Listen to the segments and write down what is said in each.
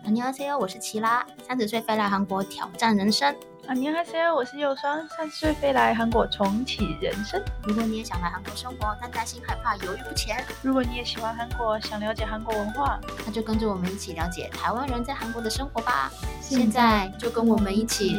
안녕하세요，我是齐拉，30岁飞来韩国挑战人生。 안녕하세요，我是佑双，30岁飞来韩国重启人生。 如果你也想来韩国生活，但担心害怕犹豫不前； 如果你也喜欢韩国，想了解韩国文化， 那就跟着我们一起了解台湾人在韩国的生活吧。现在就跟我们一起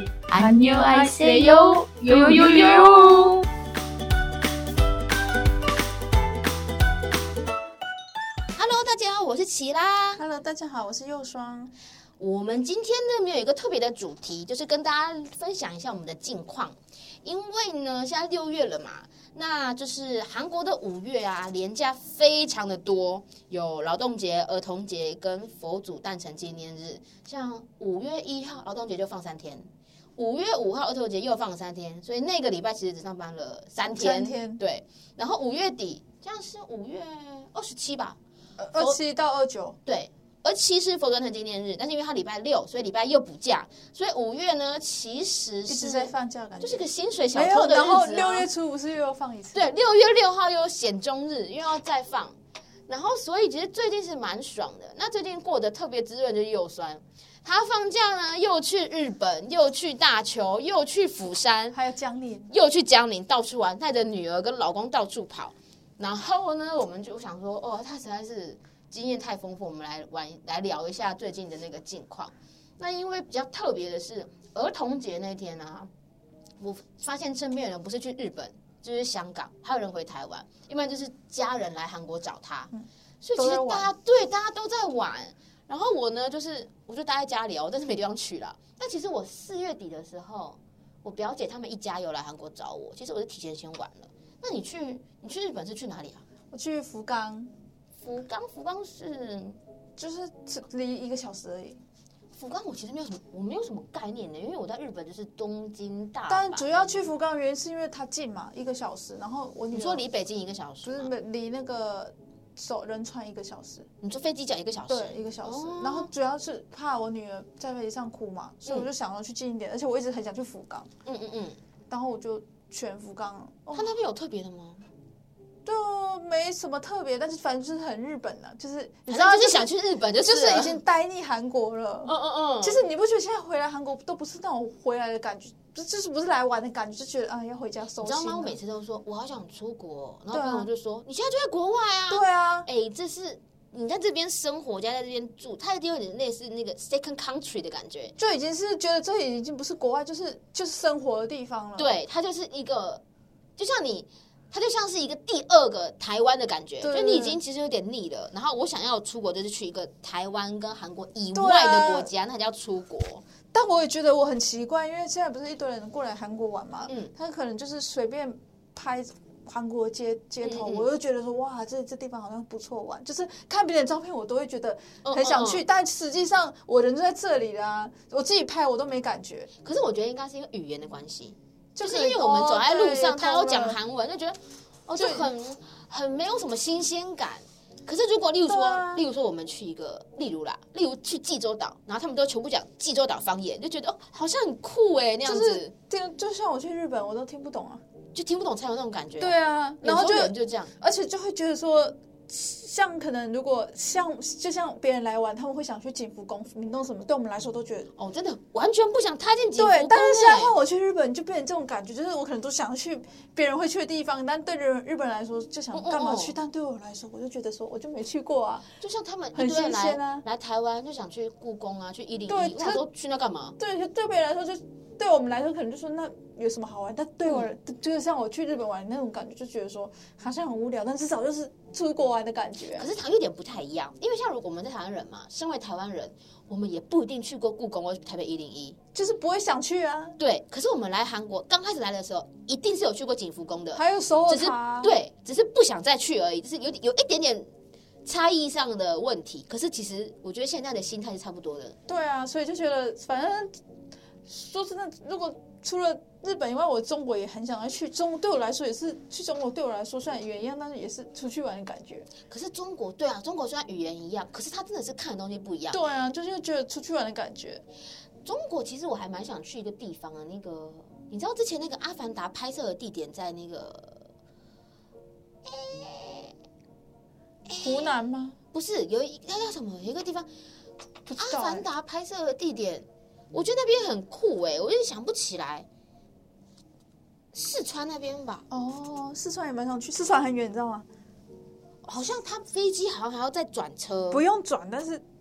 안녕하세요，哟。Hello， 大家好，我是齐拉。 Hello， 大家好，我是佑双。 我们今天呢，没有一个特别的主题，就是跟大家分享一下我们的近况。因为呢，现在6月了嘛，那就是韩国的5月啊，连假非常的多，有劳动节、儿童节跟佛祖诞辰纪念日。像5月1号劳动节就放3天，5月5号儿童节又放了3天，所以那个礼拜其实只上班了3天。对，然后5月底，这样是5月27吧 ，27到29。 对。27是佛祖诞辰纪念日，但是因为它礼拜6，所以礼拜又补假，所以5月呢其实是一直在放假，感觉就是个薪水小偷的日子、 然后6月初不是又要放一次？ 对，6月6号又有显中日，又要再放，然后所以其实最近是蛮爽的。那最近过得特别滋润就是佑酸，他放假呢又去日本，又去大邱，又去釜山， 还有江陵， 又去江陵到处玩，带着女儿跟老公到处跑。然后呢，我们就想说，哦，他实在是经验太丰富，我们来聊一下最近的那个近况。那因为比较特别的是，儿童节那天啊，我发现身边的人不是去日本，就是香港，还有人回台湾，一般就是家人来韩国找他，所以其实大家都在玩。然后我呢，我就待在家里哦，但是没地方去了。但其实我4月底的时候，我表姐他们一家有来韩国找我，其实我是提前先玩了。那你去日本是去哪里啊？ 我去福冈。 福冈是就是离1个小时而已。 福冈我其实没有什么概念的，因为我在日本就是东京、大阪。 但主要去福冈原因是因为它近嘛，1个小时。然后我女儿你说离北京1个小时， 不是离那个仁川1个小时。 你坐飞机讲1个小时？ 对，1个小时。然后主要是怕我女儿在飞机上哭嘛，所以我就想要去近一点，而且我一直很想去福冈。然后我就选福冈。 它那边有特别的吗？ 就没什么特别，但是反正就是很日本的，就是你知道，就是想去日本，就是已经待腻韩国了。其实你不觉得现在回来韩国都不是那种回来的感觉，就是不是来玩的感觉，就觉得啊要回家收心了。 你知道吗？我每次都说我好想出国，然后朋友就说你现在就在国外啊。 对啊， 这是你在这边生活，加在这边住，它一定有点类似那个 second country 的感觉， 就已经是觉得这里已经不是国外，就是生活的地方了。 对，它就是一个，它就像是一个第2个台湾的感觉，就你已经其实有点腻了。然后我想要出国，就是去一个台湾跟韩国以外的国家，那才叫出国。 但我也觉得我很奇怪，因为现在不是一堆人过来韩国玩嘛，他可能就是随便拍韩国街头，我就觉得说哇，这地方好像不错玩，就是看别人照片我都会觉得很想去，但实际上我人就在这里啦，我自己拍我都没感觉。 可是我觉得应该是因为语言的关系。就是因为我们走在路上，大家都讲韩文，就觉得就很没有什么新鲜感。可是如果例如说我们去一个，例如去济州岛，然后他们都全部讲济州岛方言，就觉得好像很酷那样子。 就像我去日本，我都听不懂啊， 就听不懂才有那种感觉。 对啊，然后就这样， 而且就会觉得说。像可能如果就像别人来玩，他们会想去景福宫、明洞什么，对我们来说都觉得真的完全不想踏进景福宫。 对，但是现在换我去日本，就变成这种感觉，就是我可能都想去别人会去的地方，但对日本人来说就想干嘛去，但对我来说，我就觉得说我就没去过啊。 就像他们很新鲜啊， 来台湾就想去故宫啊，去101，我说去那干嘛？ 对，对别人来说对我们来说可能就说那有什么好玩，但对我就是像我去日本玩那种感觉，就觉得说好像很无聊，但至少就是出国玩的感觉。 可是它有点不太一样，因为像如果我们在台湾人嘛，身为台湾人，我们也不一定去过故宫或台北101， 就是不会想去啊。 对，可是我们来韩国刚开始来的时候，一定是有去过景福宫的， 还有首尔茶， 只是不想再去而已，就是有一点点差异上的问题。可是其实我觉得现在的心态是差不多的。 对啊，所以就觉得反正说真的，如果除了日本以外，我中国也很想要去。对我来说也是去中国，对我来说虽然语言一样，但是也是出去玩的感觉。 可是中国虽然语言一样，可是它真的是看的东西不一样。 对啊，就是觉得出去玩的感觉。 中国其实我还蛮想去一个地方的，那个你知道之前那个《阿凡达》拍摄的地点在那个湖南吗？ 不是，那叫什么？有一个地方不知道阿凡达拍摄的地点，我觉得那边很酷我有点想不起来。四川那边吧？ 哦，四川也蛮想去，四川很远，你知道吗？ 好像他飞机好像还要再转车， 不用转，但是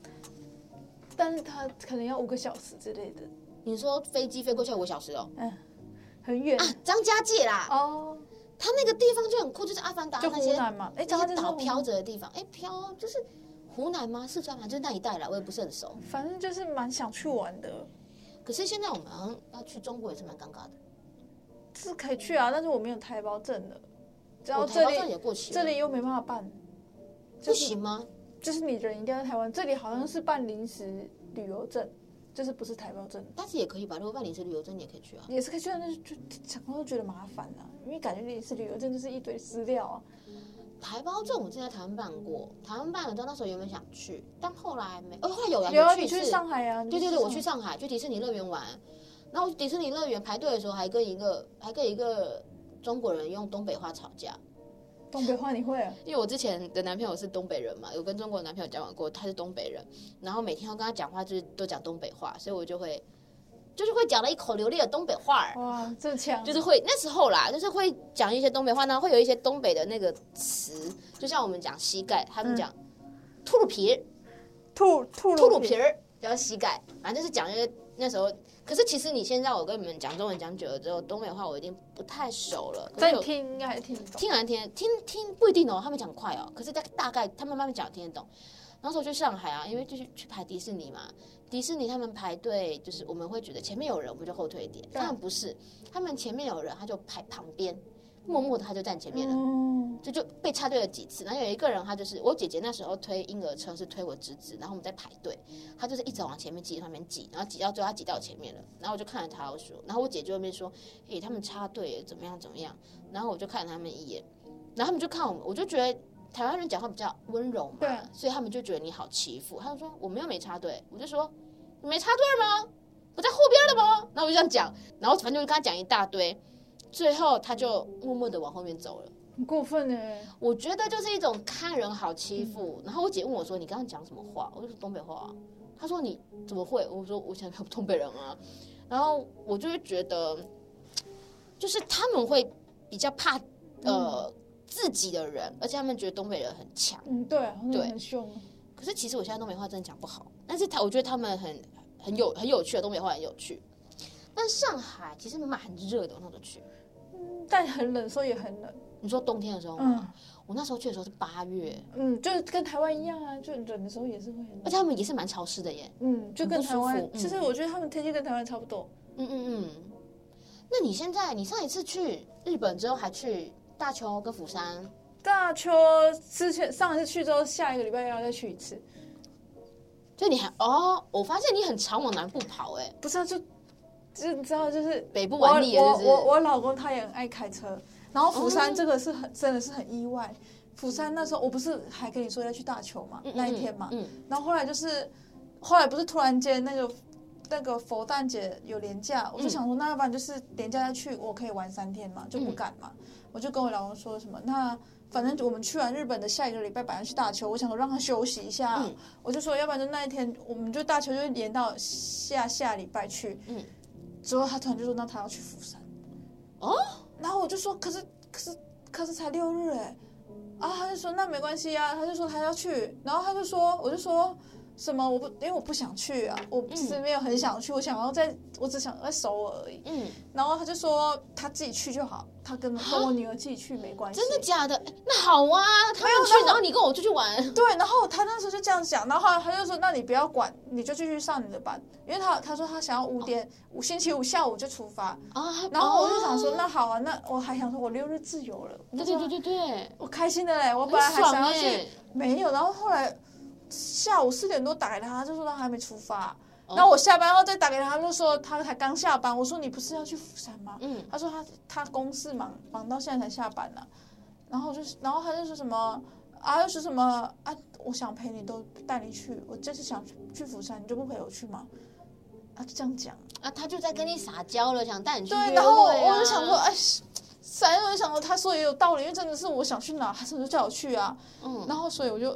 他可能要5个小时之类的。 你说飞机飞过去5个小时哦？ 很远啊，张家界啦。 哦， 他那个地方就很酷，就是阿凡达就那些湖南嘛， 那些岛飘着的地方，飘就是湖南吗？四川吗？就是那一带啦，我也不是很熟。 反正就是蛮想去玩的。 可是现在我们好像要去中国也是蛮尴尬的。 是可以去啊，但是我没有台胞证的。然后台胞证也过期了， 这里又没办法办， 不行吗？ 就是你人一定要在台湾，这里好像是办临时旅游证，就是不是台胞证。 但是也可以吧，如果办临时旅游证，你也可以去啊。 也是可以去，但是就想到觉得麻烦啊，因为感觉临时旅游证就是一堆资料啊。 台胞证我之前在台湾办过，台湾办了之后，那时候原本想去，但后来没。后来有啊， 你去上海啊？ 对，我去上海，去迪士尼乐园玩。然后迪士尼乐园排队的时候，还跟一个中国人用东北话吵架。 东北话你会啊？ 因为我之前的男朋友是东北人嘛，有跟中国的男朋友交往过，他是东北人，然后每天要跟他讲话就是都讲东北话，所以我就是会讲了一口流利的东北话。 哇，这强！ 就是会那时候啦，就是会讲一些东北话，然后会有一些东北的那个词，就像我们讲膝盖，他们讲秃噜皮儿， 秃噜皮儿叫膝盖，反正就是讲一些那时候。可是其实你现在我跟你们讲中文讲久了之后，东北话我已经不太熟了。 但你听应该还听得懂。 听不一定哦，他们讲快哦。可是大概他们慢慢讲听得懂。那时候去上海啊，因为就是去排迪士尼嘛，迪士尼他们排队就是我们会觉得前面有人我们就后退一点，他们不是，他们前面有人他就排旁边，默默的他就站前面了，就被插队了几次。然后有一个人他就是我姐姐那时候推婴儿车是推我侄子，然后我们在排队，他就是一直往前面挤，旁边挤，然后挤到最后他挤到前面了，然后我就看着他我说，然后我姐就那边说，他们插队怎么样，然后我就看了他们一眼，然后他们就看我们，我就觉得台湾人讲话比较温柔嘛，所以他们就觉得你好欺负，他就说我们又没插队，我就说你没插队吗？不在后边了吗？然后我就这样讲，然后反正就跟他讲一大堆。最后他就默默的往后面走了， 很过分哎！ 我觉得就是一种看人好欺负。然后我姐问我说：“你刚刚讲什么话？”我就说东北话啊。她说：“你怎么会？”我说：“我想要东北人啊。”然后我就会觉得，就是他们会比较怕自己的人，而且他们觉得东北人很强。 对，很凶。 可是其实我现在东北话真的讲不好，但是我觉得他们很有趣的东北话很有趣。但上海其实蛮热的，我那时候去。 但很冷，所以也很冷。 你说冬天的时候吗？我那时候去的时候是8月。 就是跟台湾一样啊，就冷的时候也是会很冷。 而且他们也是蛮潮湿的耶。 就跟台湾，其实我觉得他们天气跟台湾差不多。 那你上一次去日本之后还去大邱跟釜山？ 大邱之前上一次去之后，下一个礼拜要再去一次。 所以你我发现你很常往南部跑哎。 不是啊，就你知道，就是北部玩腻了， 我老公他也很爱开车，然后釜山这个是真的是很意外。釜山那时候我不是还跟你说要去大邱嘛，那一天嘛，然后后来不是突然间那个佛诞节有连假，我就想说那要不然就是连假再去，我可以玩3天嘛，就不赶嘛，我就跟我老公说什么那。反正我们去完日本的下一个礼拜本来去大邱，我想说让他休息一下，我就说要不然就那一天我们就大邱就连到下礼拜去，之后他突然就说那他要去釜山，然后我就说可是才6日哎，他就说那没关系啊，他就说他要去，然后我就说什么因为我不想去啊，我其实没有很想去，我只想在首尔而已，然后他就说他自己去就好，他跟我女儿自己去没关系。 真的假的？那好啊，他们去，然后你跟我出去玩。 对，然后他那时候就这样讲，然后他就说那你不要管，你就继续上你的班，因为他说他想要5点，星期5下午就出发然后我就想说那好啊，那我还想说我6日自由了， 对， 我开心的嘞，我本来还想要去，没有，然后后来。下午4点多打给他就说他还没出发，然后我下班后再打给他就说他才刚下班，我说你不是要去釜山吗？他说他公事忙到现在才下班呢，然后他就说什么又说什么我想陪你都带你去，我这次想去釜山，你就不陪我去吗？就这样讲他就在跟你撒娇了，想带你去约会。 对，然后我就想说我就想说他说也有道理，因为真的是我想去哪，他是不是就叫我去啊？然后所以我就。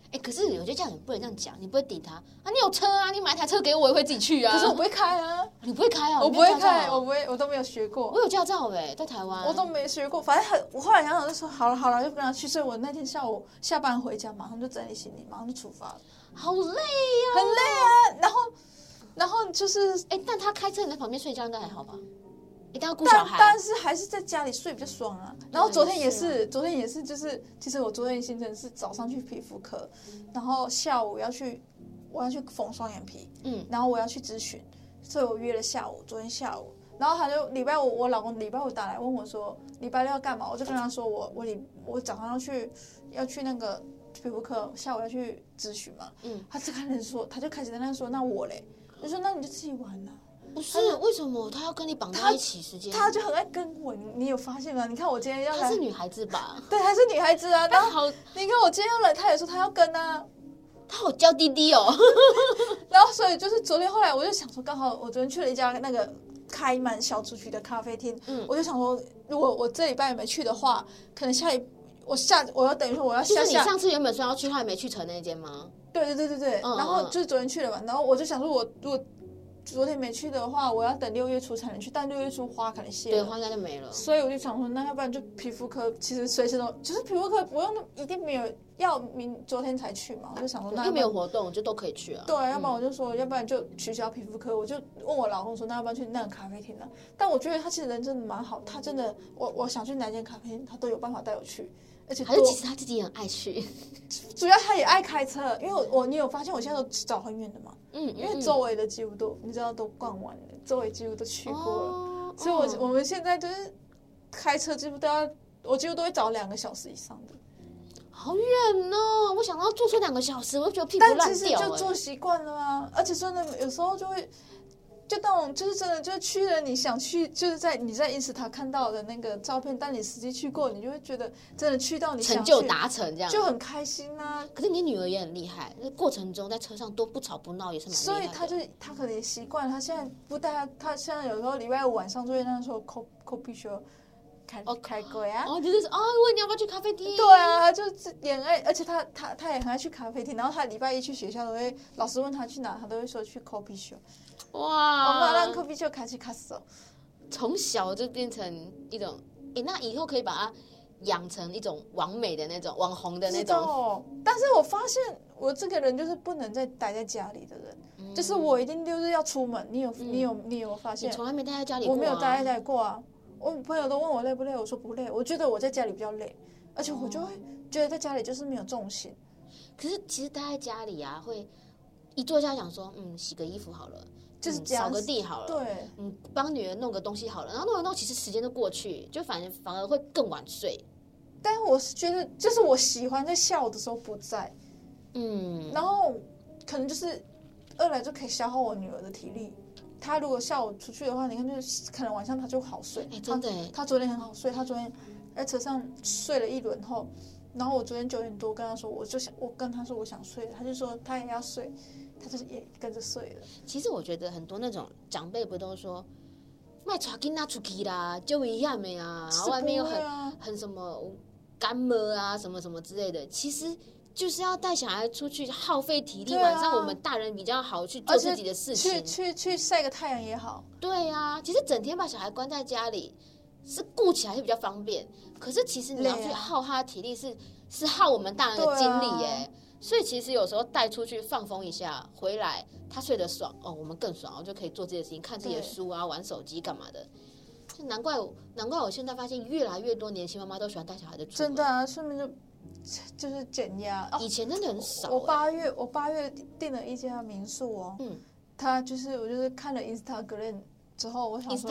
可是有些家长不能这样讲，你不会顶他啊？你有车啊，你买一台车给我，我也会自己去啊。 可是我不会开啊， 你不会开啊？ 我不会开，我都没有学过。 我有驾照在台湾我都没学过。反正我后来想想就说好了，就跟他去。所以我那天下午下班回家，马上就整理行李，马上就出发了。 好累啊， 很累啊。然后就是， 但他开车你在旁边睡觉应该还好吧？一定要顾小孩， 但是还是在家里睡比较爽啊。然后昨天也是，就是其实我昨天行程是早上去皮肤科，然后下午我要去缝双眼皮，然后我要去咨询，所以我约了昨天下午。然后他就礼拜五，我老公礼拜五打来问我说礼拜六要干嘛，我就跟他说我早上要去那个皮肤科，下午要去咨询嘛。他就开始在那说那我嘞，我说那你就自己玩啊。 不是为什么他要跟你绑在一起时间？ 他就很爱跟我，你有发现吗？你看我今天要来， 她是女孩子吧？ 对，她是女孩子啊。然后你看我今天要来，他也说他要跟啊。 他好娇滴滴哦。 然后所以就是昨天后来我就想说，刚好我昨天去了一家那个开满小雏菊的咖啡厅，我就想说，如果我这礼拜没去的话，可能我要等于说我要下。 就是你上次原本说要去，后来没去成那间吗？ 对。然后就是昨天去了嘛，然后我就想说，我如果昨天没去的话，我要等6月初才能去，但6月初花可能谢了， 对，花应该就没了。 所以我就想说，那要不然就皮肤科，其实随时都就是皮肤科不用一定没有要昨天才去嘛，我就想说那又没有活动，就都可以去啊。 对，要不然我就说，要不然就取消皮肤科，我就问我老公说，那要不然去那个咖啡厅呢？但我觉得他其实人真的蛮好，他真的，我想去哪间咖啡厅，他都有办法带我去。而且还是其实他自己也很爱去， 主要他也爱开车，因为你有发现我现在都找很远的嘛，因为周围的几乎都你知道都逛完了，周围几乎都去过了，所以我们现在就是开车几乎我几乎都会找2个小时以上的， 好远哦！我想到坐车2个小时，我就觉得屁股烂掉。 但其实就做习惯了啊，而且真的有时候就会。就那种就是真的就是去了你想去，就是你在 Insta 看到的那个照片，但你实际去过，你就会觉得真的去到你想去成就达成这样， 就很开心啊。 可是你女儿也很厉害，那过程中在车上都不吵不闹，也是蛮厉害的。 所以她可能也习惯了，她现在不带她现在有时候礼拜五晚上就会那时候 coffee show 开柜啊， 就是问你要不要去咖啡厅？ 对啊，就是也爱，而且她也很爱去咖啡厅，然后她礼拜一去学校都会老师问她去哪，她都会说去 coffee show。哇！我们让科比就开始卡手， 从小就变成一种，那以后可以把它养成一种网美的那种网红的那种。 但是我发现我这个人就是不能再待在家里的人，就是我一定6日要出门。你有发现？ 你从来没待在家里过我没有待在家里过啊。我朋友都问我累不累，我说不累。我觉得我在家里比较累，而且我就会觉得在家里就是没有重心。 可是其实待在家里啊，会一坐下想说，洗个衣服好了。 就是扫个地好了， 对， 帮女儿弄个东西好了，然后弄一弄，其实时间就过去，就反而会更晚睡。 但我是觉得，就是我喜欢在下午的时候不在，然后可能就是2来就可以消耗我女儿的体力。她如果下午出去的话，你看就是可能晚上她就好睡。 真的她昨天很好睡，她昨天在车上睡了1轮后，然后我昨天9点多跟她说，我跟她说我想睡了，她就说她也要睡。他就是也跟着睡了。 其实我觉得很多那种长辈不都说，卖带囡仔出去啦，就危险的啊，然后外面又很什么干么啊，什么什么之类的。其实就是要带小孩出去，耗费体力。晚上我们大人比较好去做自己的事情， 去晒个太阳也好。 对啊，其实整天把小孩关在家里，是顾起来是比较方便。可是其实你要去耗他的体力是耗我们大人的精力耶。所以其实有时候带出去放风一下，回来他睡得爽我们更爽，就可以做这些事情，看自己的书啊，玩手机干嘛的。就难怪我现在发现越来越多年轻妈妈都喜欢带小孩的出门。 真的啊，顺便就是减压。 以前真的很少。 我8月订了一家民宿他就是我就是看了 Instagram 之后，我想说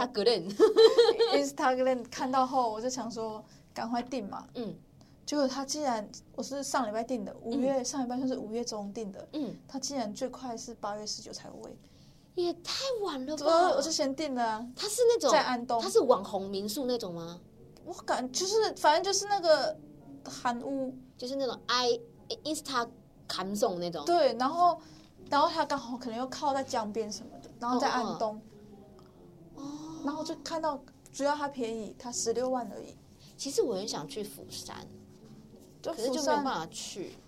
Instagram 看到后，我就想说赶快订嘛。结果他既然我是上礼拜订的上礼拜算是5月中订的，他竟然最快是8月19才位， 也太晚了吧！ 我就先订了啊。 他是那种在安东， 他是网红民宿那种吗？ 我就是反正就是那个韩屋， 就是那种Insta 看送那种。 对，然后他刚好可能又靠在江边什么的，然后在安东，然后就看到主要它便宜，它16万而已。 其实我很想去釜山。可是就没有办法去，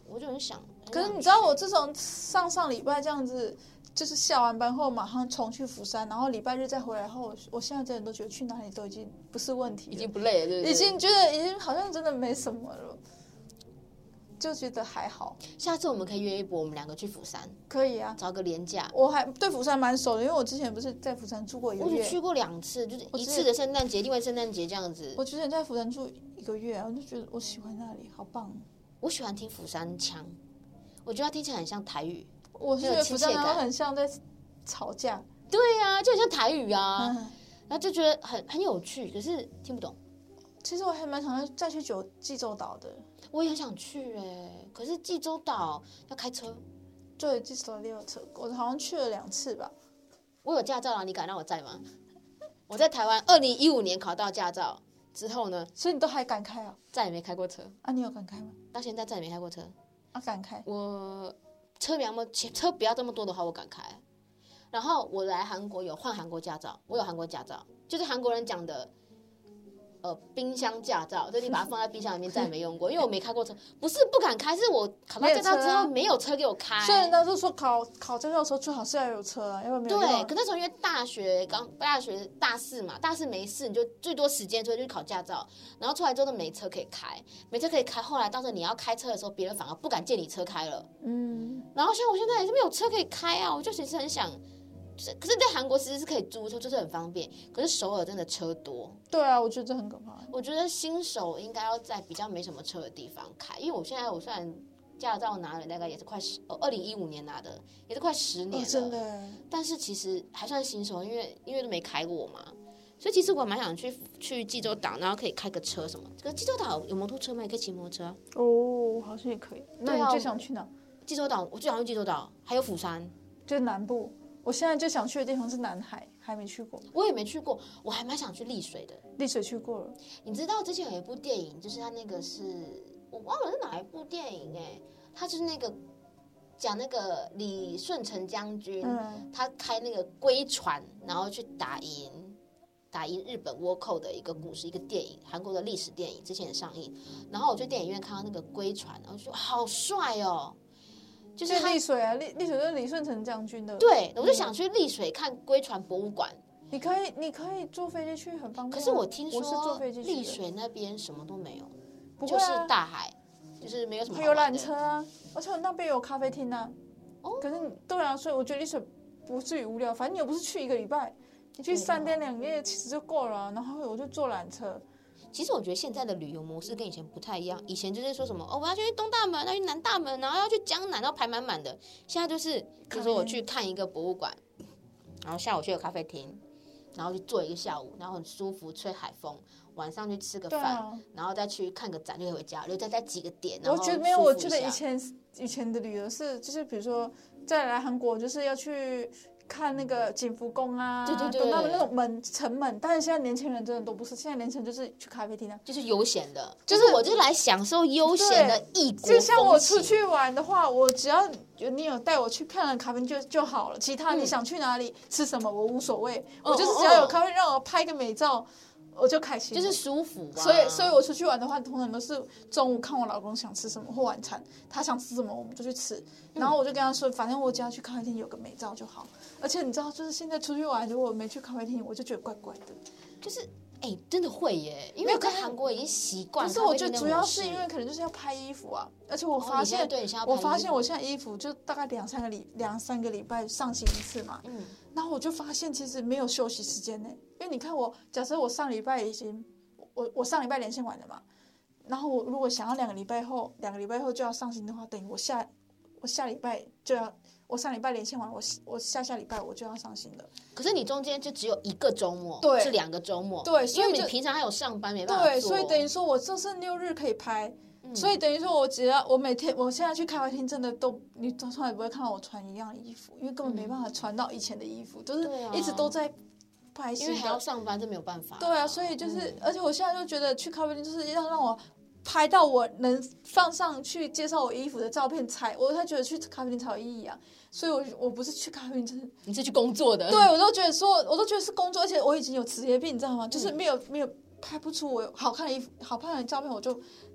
我就很想。 可是你知道，我自从上礼拜这样子，就是下完班后马上冲去釜山，然后礼拜日再回来后，我现在真的都觉得去哪里都已经不是问题了， 已经不累了，对不对？ 已经觉得已经好像真的没什么了。就觉得还好， 下次我们可以约一波，我们2个去釜山， 可以啊， 找个连假。 我还对釜山蛮熟的，因为我之前不是在釜山住过1个月， 我只去过2次，就是一次的圣诞节，另外圣诞节这样子。 我之前在釜山住1个月啊，我就觉得我喜欢那里，好棒。 我喜欢听釜山腔，我觉得它听起来很像台语。 我是觉得釜山然后很像在吵架， 对啊，就很像台语啊，然后就觉得很有趣，可是听不懂。 其实我还蛮想再去济州岛的， 我也很想去可是济州岛要开车。 对，济州岛也有车，我好像去了2次吧。 我有驾照了，你敢让我载吗？我在台湾2015年考到驾照之后呢， 所以你都还敢开啊？ 再也没开过车啊？你有敢开吗？ 到现在再也没开过车啊？敢开？ 我车不要这么多的话，我敢开。然后我来韩国有换韩国驾照，我有韩国驾照，就是韩国人讲的。冰箱驾照，就你把它放在冰箱里面，再也没用过，因为我没开过车。不是不敢开，是我考到驾照之后没有车给我开。 所以人家就说考驾照的时候最好是要有车啊，要不然没有用。 对，可那时候因为大学大4嘛，大4没事，你就最多时间就去考驾照，然后出来之后都没车可以开，没车可以开。后来到时候你要开车的时候，别人反而不敢借你车开了。然后像我现在也是没有车可以开啊，我就其实很想。可是，在韩国其实是可以租车，就是很方便。可是首尔真的车多。 对啊，我觉得这很可怕。 我觉得新手应该要在比较没什么车的地方开，因为我虽然驾照拿了，大概也是快2015年拿的，也是快10年了。 真的。 但是其实还算新手，因为都没开过嘛，所以其实我蛮想去济州岛，然后可以开个车什么。可是济州岛有摩托车吗？也可以骑摩托车。 哦，好像也可以。那你最想去哪？ 济州岛，我最想去济州岛，还有釜山， 就是南部。我现在最想去的地方是南海，还没去过。 我也没去过，我还蛮想去丽水的。 丽水去过了。 你知道之前有一部电影，就是它那个我忘了是哪一部电影它就是那个讲那个李舜臣将军，他开那个龟船，然后去打赢日本倭寇的一个故事，一个电影，韩国的历史电影，之前也上映。然后我去电影院看到那个龟船，然后就说好帅哦。 就是丽水啊，丽水就是李舜臣将军的。 对，我就想去丽水看龟船博物馆。 你可以坐飞机去，很方便。 可是我听说我是坐飞机去的， 丽水那边什么都没有， 不会啊， 就是大海，就是没有什么好有玩的。 缆车啊，而且那边有咖啡厅啊。可是对啊，所以我觉得丽水不至于无聊，反正你又不是去1个礼拜，你去3天2夜其实就够了。然后我就坐缆车。 其实我觉得现在的旅游模式跟以前不太一样，以前就是说什么我要去东大门，要去南大门，然后要去江南，然后排满满的。现在就是比如说我去看一个博物馆，然后下午去个咖啡厅，然后去坐一个下午，然后很舒服，吹海风，晚上去吃个饭，然后再去看个展就可以回家，就再几个点。然后我觉得没有，我觉得以前的旅游就是比如说再来韩国就是要去看那个景福宫啊， 对， 他们那种城门，但是现在年轻人真的都不是，现在年轻人就是去咖啡厅啊， 就是悠闲的，就是我就来享受悠闲的异国风情。 就像我出去玩的话，我只要你有带我去看了咖啡厅就好了，其他你想去哪里吃什么我无所谓，我就是只要有咖啡让我拍个美照。我就开心， 就是舒服吧。 所以我出去玩的话，通常都是中午看我老公想吃什么或晚餐，他想吃什么我们就去吃。然后我就跟他说，反正我只要去咖啡厅有个美照就好。而且你知道，就是现在出去玩，如果没去咖啡厅，我就觉得怪怪的。 就是真的会耶，因为在韩国已经习惯。 可是我觉得主要是因为可能就是要拍衣服啊，而且我发现，我现在衣服就大概两三个礼拜上新一次嘛。然后我就发现其实没有休息时间呢，因为你看假设我上礼拜我上礼拜连线完了嘛，然后我如果想要2个礼拜后就要上新的话，等于我下礼拜就要，我上礼拜连线完，我下礼拜我就要上新了。 可是你中间就只有1个周末， 对， 是2个周末， 对， 因为你平常还有上班没办法做， 对，所以等于说我就剩6日可以拍。所以等于说，我现在去咖啡厅，真的你从来不会看到我穿一样的衣服，因为根本没办法穿到以前的衣服，就是一直都在拍戏， 因为还要上班，这没有办法。 对啊，所以就是，而且我现在就觉得去咖啡厅就是要让我拍到我能放上去介绍我衣服的照片我才觉得去咖啡厅才有意义啊。所以我不是去咖啡厅，就是你是去工作的。 对，我都觉得是工作，而且我已经有职业病，你知道吗？就是没有拍不出我好看的衣服、好看的照片，我就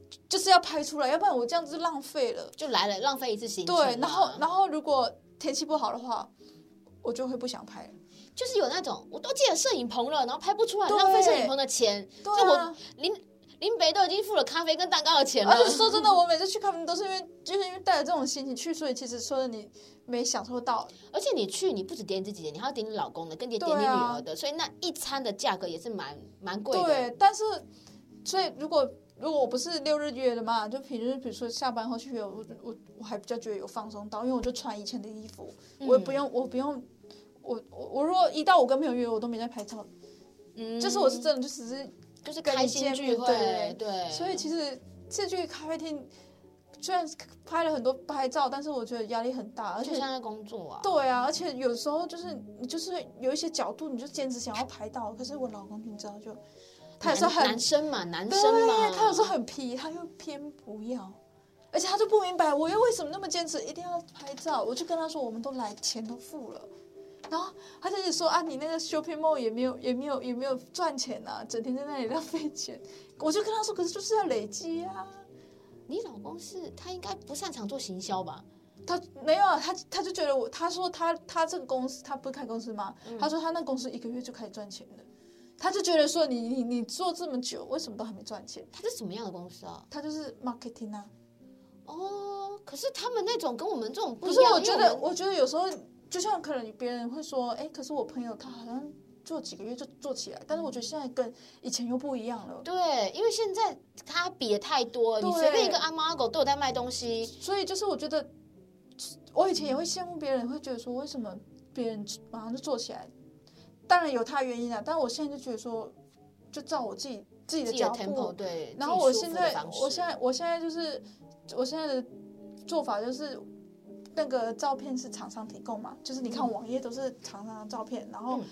就是要拍出来，要不然我这样子就浪费了， 就来了浪费一次行程。 对，然后如果天气不好的话，我就会不想拍了。 就是有那种我都借了摄影棚了，然后拍不出来，浪费摄影棚的钱。 对啊， 就我林北都已经付了咖啡跟蛋糕的钱了。 而且说真的，我每次去咖啡厅都是因为带着这种心情去，所以其实说的你没享受到。 而且你去，你不止点你自己的，你还要点你老公的，跟点你女儿的，所以那一餐的价格也是蛮贵的。 对，但是所以如果我不是6日约的嘛，就平时比如说下班后去约，我还比较觉得有放松到，因为我就穿以前的衣服，我不用我如果1到5跟朋友约，我都没在拍照，就是我是真的就是开心聚会，对。 所以其实这去咖啡厅虽然拍了很多拍照，但是我觉得压力很大，而且就像在工作啊。 对啊，而且有时候就是你就是有一些角度，你就坚持想要拍到，可是我老公你知道就。他有时候男生嘛， 他有时候很皮，他又偏不要，而且他就不明白我又为什么那么坚持一定要拍照。我就跟他说，我们都来，钱都付了，然后他就说啊，你那个 shopping mall 也没有赚钱啊，整天在那里浪费钱。我就跟他说，可是就是要累积啊。 你老公他应该不擅长做行销吧？ 他没有啊，他就觉得他说他这个公司，他不是开公司吗？他说他那公司1个月就开始赚钱了。他就觉得说你做这么久，为什么都还没赚钱？ 他是什么样的公司啊？ 他就是 marketing 啊。 哦，可是他们那种跟我们这种不一样。 不是，我觉得有时候就像可能别人会说，哎，可是我朋友他好像做几个月就做起来，但是我觉得现在跟以前又不一样了。 对，因为现在他比的太多，你随便一个阿猫阿狗都有在卖东西， 所以就是我觉得我以前也会羡慕别人，会觉得说为什么别人马上就做起来。当然有他的原因啊，但我现在就觉得说，就照我自己的脚步， tempo， 对。 然后我现在就是我现在的做法就是那个照片是厂商提供嘛，就是你看网页都是厂商的照片，然后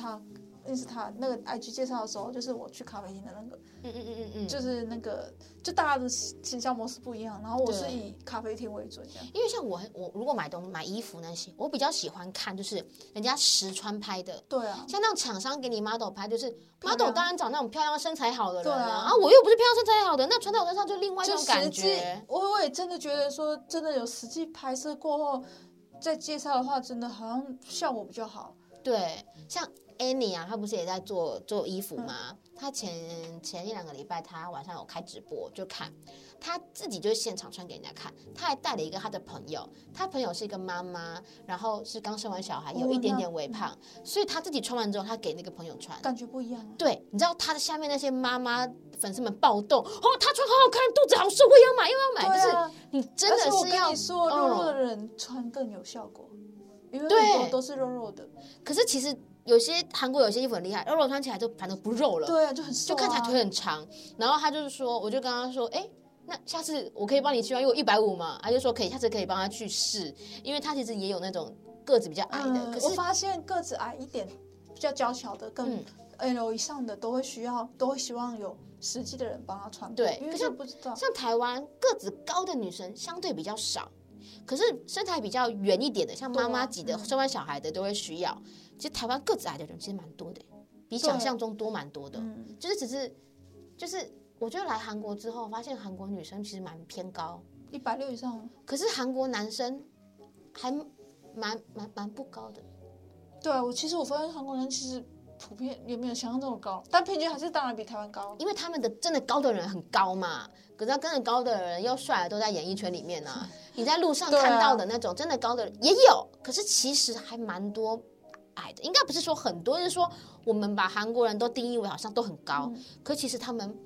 Insta那个 IG 介绍的时候，就是我去咖啡厅的那个，就是那个就大家的行销模式不一样，然后我是以咖啡厅为准这样。 因为像我如果买衣服那些，我比较喜欢看就是人家实穿拍的。 对啊， 像那种厂商给你 model 拍，就是 model 当然找那种漂亮身材好的人啊， 我又不是漂亮身材好的，那穿在我身上就另外一种感觉。 我也真的觉得说，真的有实际拍摄过后再介绍的话，真的好像效果比较好。 对，像 Annie 啊，她不是也在做衣服吗？她前1-2个礼拜，她晚上有开直播，就看她自己就是现场穿给人家看，她还带了一个她的朋友，她朋友是一个妈妈，然后是刚生完小孩，有一点点微胖，所以她自己穿完之后，她给那个朋友穿， 感觉不一样啊。 对，你知道她的下面那些妈妈粉丝们暴动，她穿好好看，肚子好瘦，我也要买，又要买，就是你真的是要。 我跟你说，肉肉的人穿更有效果。因为很多都是肉肉的， 可是其实韩国有些衣服很厉害，肉穿起来就反正不肉了， 对啊，就很瘦， 就看起来腿很长。然后他就是说，我就跟他说，哎，那下次我可以帮你去吗？因为我150嘛，他就说可以，下次可以帮他去试，因为他其实也有那种个子比较矮的。可是我发现个子矮一点、比较娇小的跟 L 以上的都会希望有实际的人帮他穿。 对， 因为就不知道， 像台湾个子高的女生相对比较少。可是身材比较圆一点的，像妈妈级的、生完小孩的都会需要。其实台湾个子矮的人其实蛮多的，比想象中多蛮多的。就是我觉得来韩国之后，发现韩国女生其实蛮偏高 ，160以上。 可是韩国男生还蛮不高的。 对啊，其实我发现韩国人其实普遍也没有想象这么高，但平均还是当然比台湾高， 因为他们的真的高的人很高嘛。可是跟着高的人又帅的都在演艺圈里面啊，你在路上看到的那种真的高的人也有，可是其实还蛮多矮的，应该不是说很多，就是说我们把韩国人都定义为好像都很高，可其实他们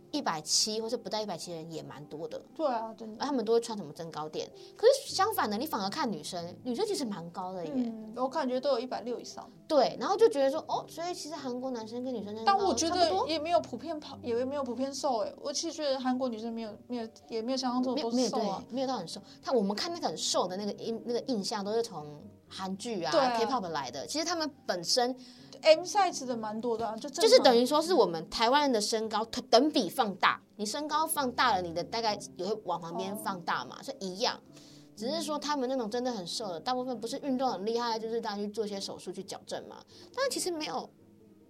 170或是不到170的人也蛮多的。 对啊，真的。 他们都会穿什么增高垫，可是相反的，你反而看女生其实蛮高的耶。 我感觉都有160以上。 对，然后就觉得说，所以其实韩国男生跟女生但我觉得也没有普遍胖，也没有普遍瘦哎。我其实觉得韩国女生也没有想象中都瘦啊， 没有到很瘦。我们看那个很瘦的那个印象都是从韩剧啊 K-pop 来的，其实他们本身。 M size 的蛮多的啊， 就是等于说是我们台湾人的身高等比放大，你身高放大了，你的大概也会往旁边放大嘛，所以一样。只是说他们那种真的很瘦的，大部分不是运动很厉害，就是大家去做一些手术去矫正嘛。但是其实没有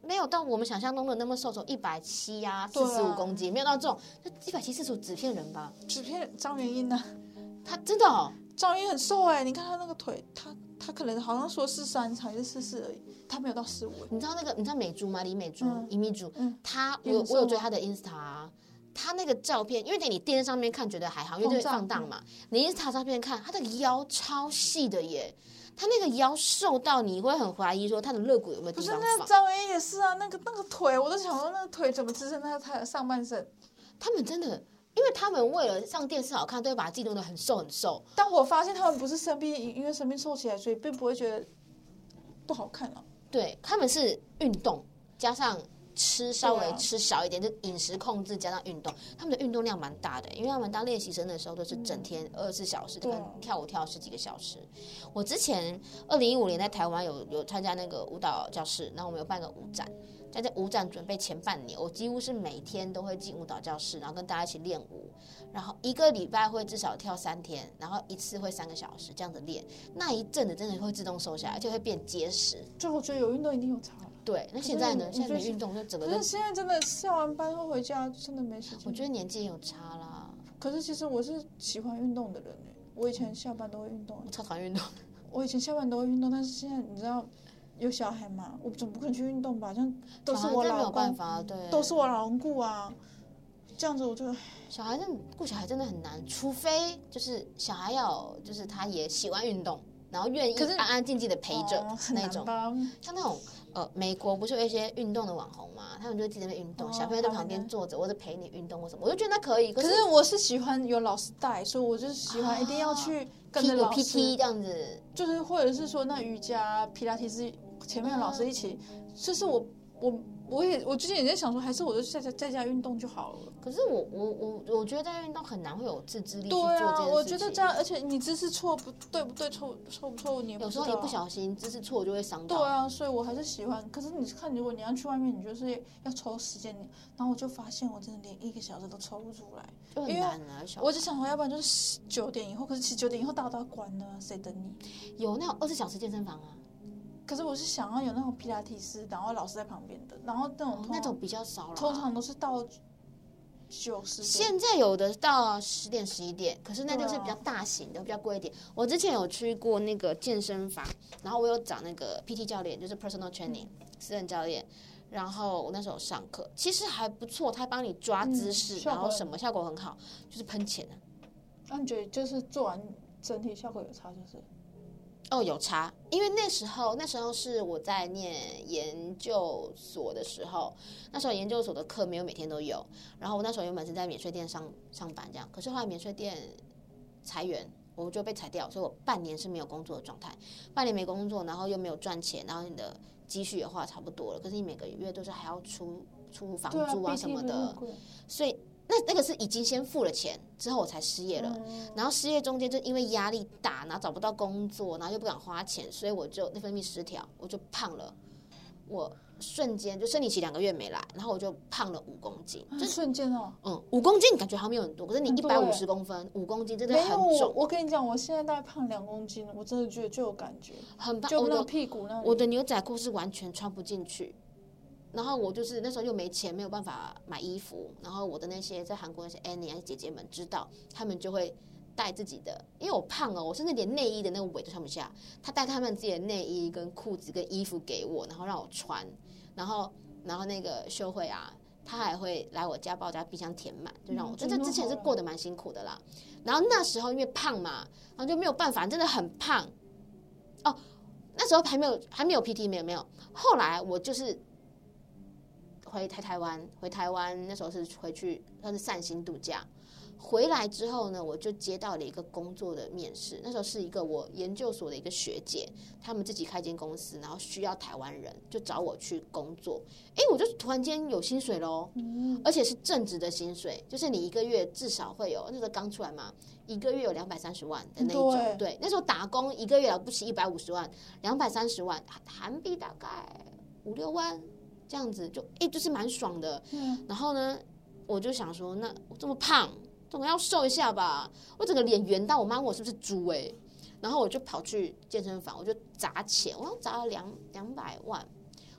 没有到我们想象中的那么瘦手，170啊，45公斤，没有到这种。170、45纸片人吧？ 纸片张元英呢？ 他真的哦， 张元英很瘦哎，你看他那个腿，他可能好像说43还是44而已，他没有到45。 你知道美珠吗？李美珠、尹美珠，我有追她的 Insta 啊。他那个照片，因为在你电视上面看觉得还好，因为这放大嘛。你Insta照片看，他的腰超细的耶，他那个腰瘦到你会很怀疑说他的肋骨有没有地方放。 不是，那张元英也是啊，那个腿，我都想说那个腿怎么支撑他的上半身？ 他们真的，因为他们为了上电视好看，都会把自己弄得很瘦很瘦。 但我发现他们不是生病，因为生病瘦起来，所以并不会觉得不好看啊。 对，他们是运动加上。稍微吃少一点，就饮食控制加上运动，他们的运动量蛮大的，因为他们当练习生的时候都是整天24小时，跟跳舞跳10几个小时。我之前2015年在台湾有参加那个舞蹈教室，然后我们有办个舞展，在这舞展准备前半年，我几乎是每天都会进舞蹈教室，然后跟大家一起练舞，然后1个礼拜会至少跳3天，然后一次会3个小时这样子练，那一阵子真的会自动瘦下来，就会变结实。 就我觉得有运动一定有差。 对，那现在呢？现在没运动就整个。 可是现在真的下完班后回家真的没时间。 我觉得年纪也有差啦。 可是其实我是喜欢运动的人我以前下班都会运动。 我超讨厌运动。 我以前下班都会运动，但是现在你知道有小孩嘛，我总不可能去运动吧？像都是我老公， 没有办法，对， 都是我老公顾啊。这样子我就顾小孩真的很难，除非就是小孩就是他也喜欢运动，然后愿意安安静静的陪着那种。像那种美国不是有一些运动的网红嘛，他们就会自己在那边运动，小朋友在旁边坐着，或者陪你运动或什么，我就觉得那可以。可是我是喜欢有老师带，所以我就是喜欢一定要去跟着老师 PT 这样子， 就是或者是说那瑜伽、皮拉提是前面的老师一起，就是我最近也在想说，还是我就在家运动就好了。 可是我觉得在运动很难会有自制力去做这件事情。 我觉得这样，而且你姿势错对不对，错不错，你也不知道。 有时候一不小心姿势错就会伤到。 对啊，所以我还是喜欢。可是你看，如果你要去外面，你就是要抽时间，然后我就发现我真的连1个小时都抽不出来， 就很难啊。 我就想说，要不然就是9点以后，可是其实9点以后大家都要关了，谁等你？ 有那种24小时健身房啊。 可是我是想要有那种皮拉提斯，然后老师在旁边的，然后那种比较少了， 通常都是到9、10点。 现在有的到10点、11点，可是那就是比较大型的，比较贵一点。我之前有去过那个健身房，然后我有找那个 PT 教练，就是 personal training 私人教练，然后我那时候上课，其实还不错，他帮你抓姿势，然后什么效果很好，就是喷钱啊。 那你觉得就是做完整体效果有差，就是？ 有差，因为那时候是我在念研究所的时候，那时候研究所的课没有每天都有，然后我那时候原本是在免税店上班这样，可是后来免税店裁员，我就被裁掉，所以我半年是没有工作的状态，半年没工作，然后又没有赚钱，然后你的积蓄也花差不多了，可是你每个月都是还要出房租啊什么的，所以。那个是已经先付了钱之后我才失业了，然后失业中间就因为压力大，然后找不到工作，然后又不敢花钱，所以我就内分泌失调，我就胖了。我瞬间就生理期2个月没来，然后我就胖了5公斤，就瞬间哦。 5公斤你感觉好像没有很多，可是你150公分，5公斤真的很重。 我跟你讲，我现在大概胖2公斤了，我真的觉得就有感觉， 很胖， 就那屁股那里， 我的牛仔裤是完全穿不进去。然后我就是那时候又没钱，没有办法买衣服。然后我的那些在韩国那些 Annie 姐姐们知道，他们就会带自己的，因为我胖我甚至连内衣的那个尾都穿不下。他带他们自己的内衣跟裤子跟衣服给我，然后让我穿。然后那个秀慧啊，他还会来我家把我家冰箱填满，就让我。这之前是过得蛮辛苦的啦。然后那时候因为胖嘛，然后就没有办法，真的很胖。那时候还没有 PT， 没有。后来我就是。回台湾那时候是回去算是散心度假，回来之后呢，我就接到了一个工作的面试。那时候是一个我研究所的一个学姐，他们自己开间公司，然后需要台湾人，就找我去工作。我就突然间有薪水咯，而且是正职的薪水，就是你1个月至少会有，那时候刚出来嘛，1个月有230万的那种。对，那时候打工1个月了不起150万，230万韩币大概5、6万。这样子就是蛮爽的，然后呢，我就想说，那我这么胖，总要瘦一下吧。我整个脸圆到我妈问我是不是猪然后我就跑去健身房，我就砸钱，我砸了200万，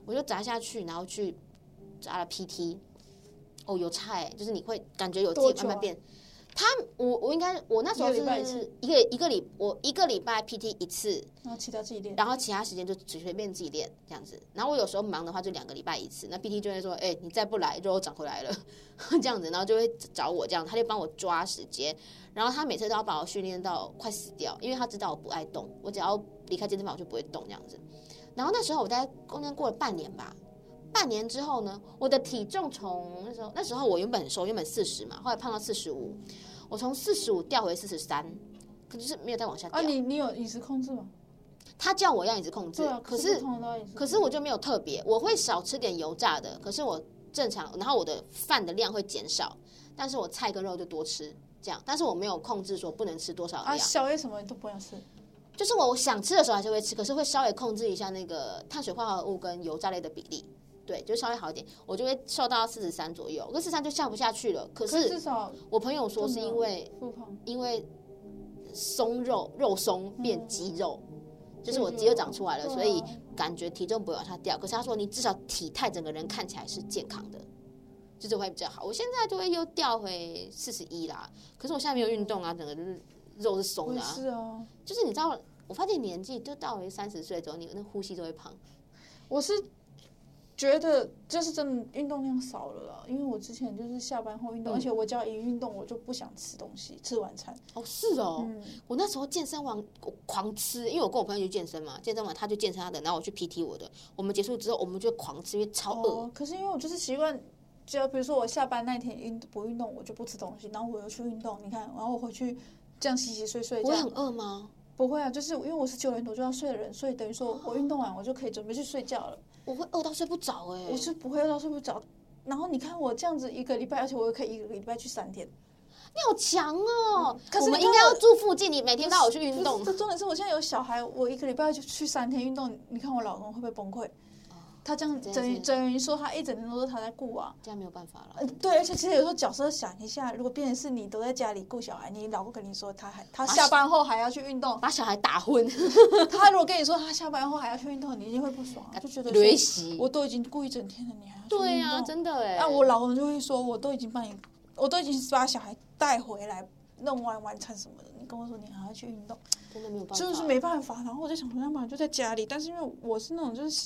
我就砸下去，然后去砸了 PT， 有差就是你会感觉有自己慢慢变。我那时候是一个礼拜 PT 一次， 然后其他自己练， 然后其他时间就随便自己练这样子。然后我有时候忙的话就2个礼拜一次，那 PT 就会说，你再不来肉长回来了这样子，然后就会找我这样，他就帮我抓时间，然后他每次都要把我训练到快死掉，因为他知道我不爱动，我只要离开健身房我就不会动这样子。然后那时候我在中间过了半年吧。半年之后呢，我的体重从那时候我原本很瘦，原本40嘛，后来胖到45，我从45掉回43，可是没有再往下掉。 你有饮食控制吗？ 他叫我要饮食控制， 对啊， 可是我就没有特别，我会少吃点油炸的，可是我正常，然后我的饭的量会减少，但是我菜跟肉就多吃这样，但是我没有控制说不能吃多少量。 宵夜什么都不要吃。 就是我想吃的时候还是会吃，可是会稍微控制一下那个碳水化合物跟油炸类的比例。对，就稍微好一点，我就会瘦到43左右，可是43就下不下去了。可是至少我朋友说是因为松肉松变肌肉，就是我肌肉长出来了，所以感觉体重不会往下掉。可是他说你至少体态整个人看起来是健康的，就是会比较好。我现在就会又掉回41啦，可是我现在没有运动啊，整个就是肉是松的啊。 是啊， 就是你知道，我发现年纪就到了30岁之后，你那呼吸都会胖。 我是觉得就是真的运动量少了啦，因为我之前就是下班后运动，而且我只要一运动，我就不想吃东西，吃晚餐。 是哦，我那时候健身完我狂吃，因为我跟我朋友去健身嘛，健身完他就健身他的，然后我去 PT 我的，我们结束之后我们就狂吃，因为超饿。 可是因为我就是习惯，就比如说我下班那天不运动，我就不吃东西，然后我又去运动，你看，然后我回去这样洗洗睡睡， 我很饿吗？ 不会啊，就是因为我是9点多就要睡的人，所以等于说我运动完我就可以准备去睡觉了。 我会饿到睡不着我是不会饿到睡不着。然后你看我这样子1个礼拜，而且我又可以1个礼拜去3天。 你好强哦！ 可是我们应该要住附近，你每天带我去运动。 这重点是我现在有小孩，我1个礼拜就去3天运动，你看我老公会不会崩溃？他这样等于说他一整天都是他在顾啊， 这样没有办法了。 对，而且其实有时候角色想一下，如果变成是你都在家里顾小孩，你老公跟你说他下班后还要去运动， 把小孩打昏。 他如果跟你说他下班后还要去运动，你一定会不爽，就觉得我都已经顾一整天了，你还要去运动？ 对啊，真的哎。 那我老公就会说，我都已经把小孩带回来，弄完晚餐什么的，你跟我说你还要去运动， 真的没有办法， 就是没办法。然后我就想说，要不然就在家里，但是因为我是那种就是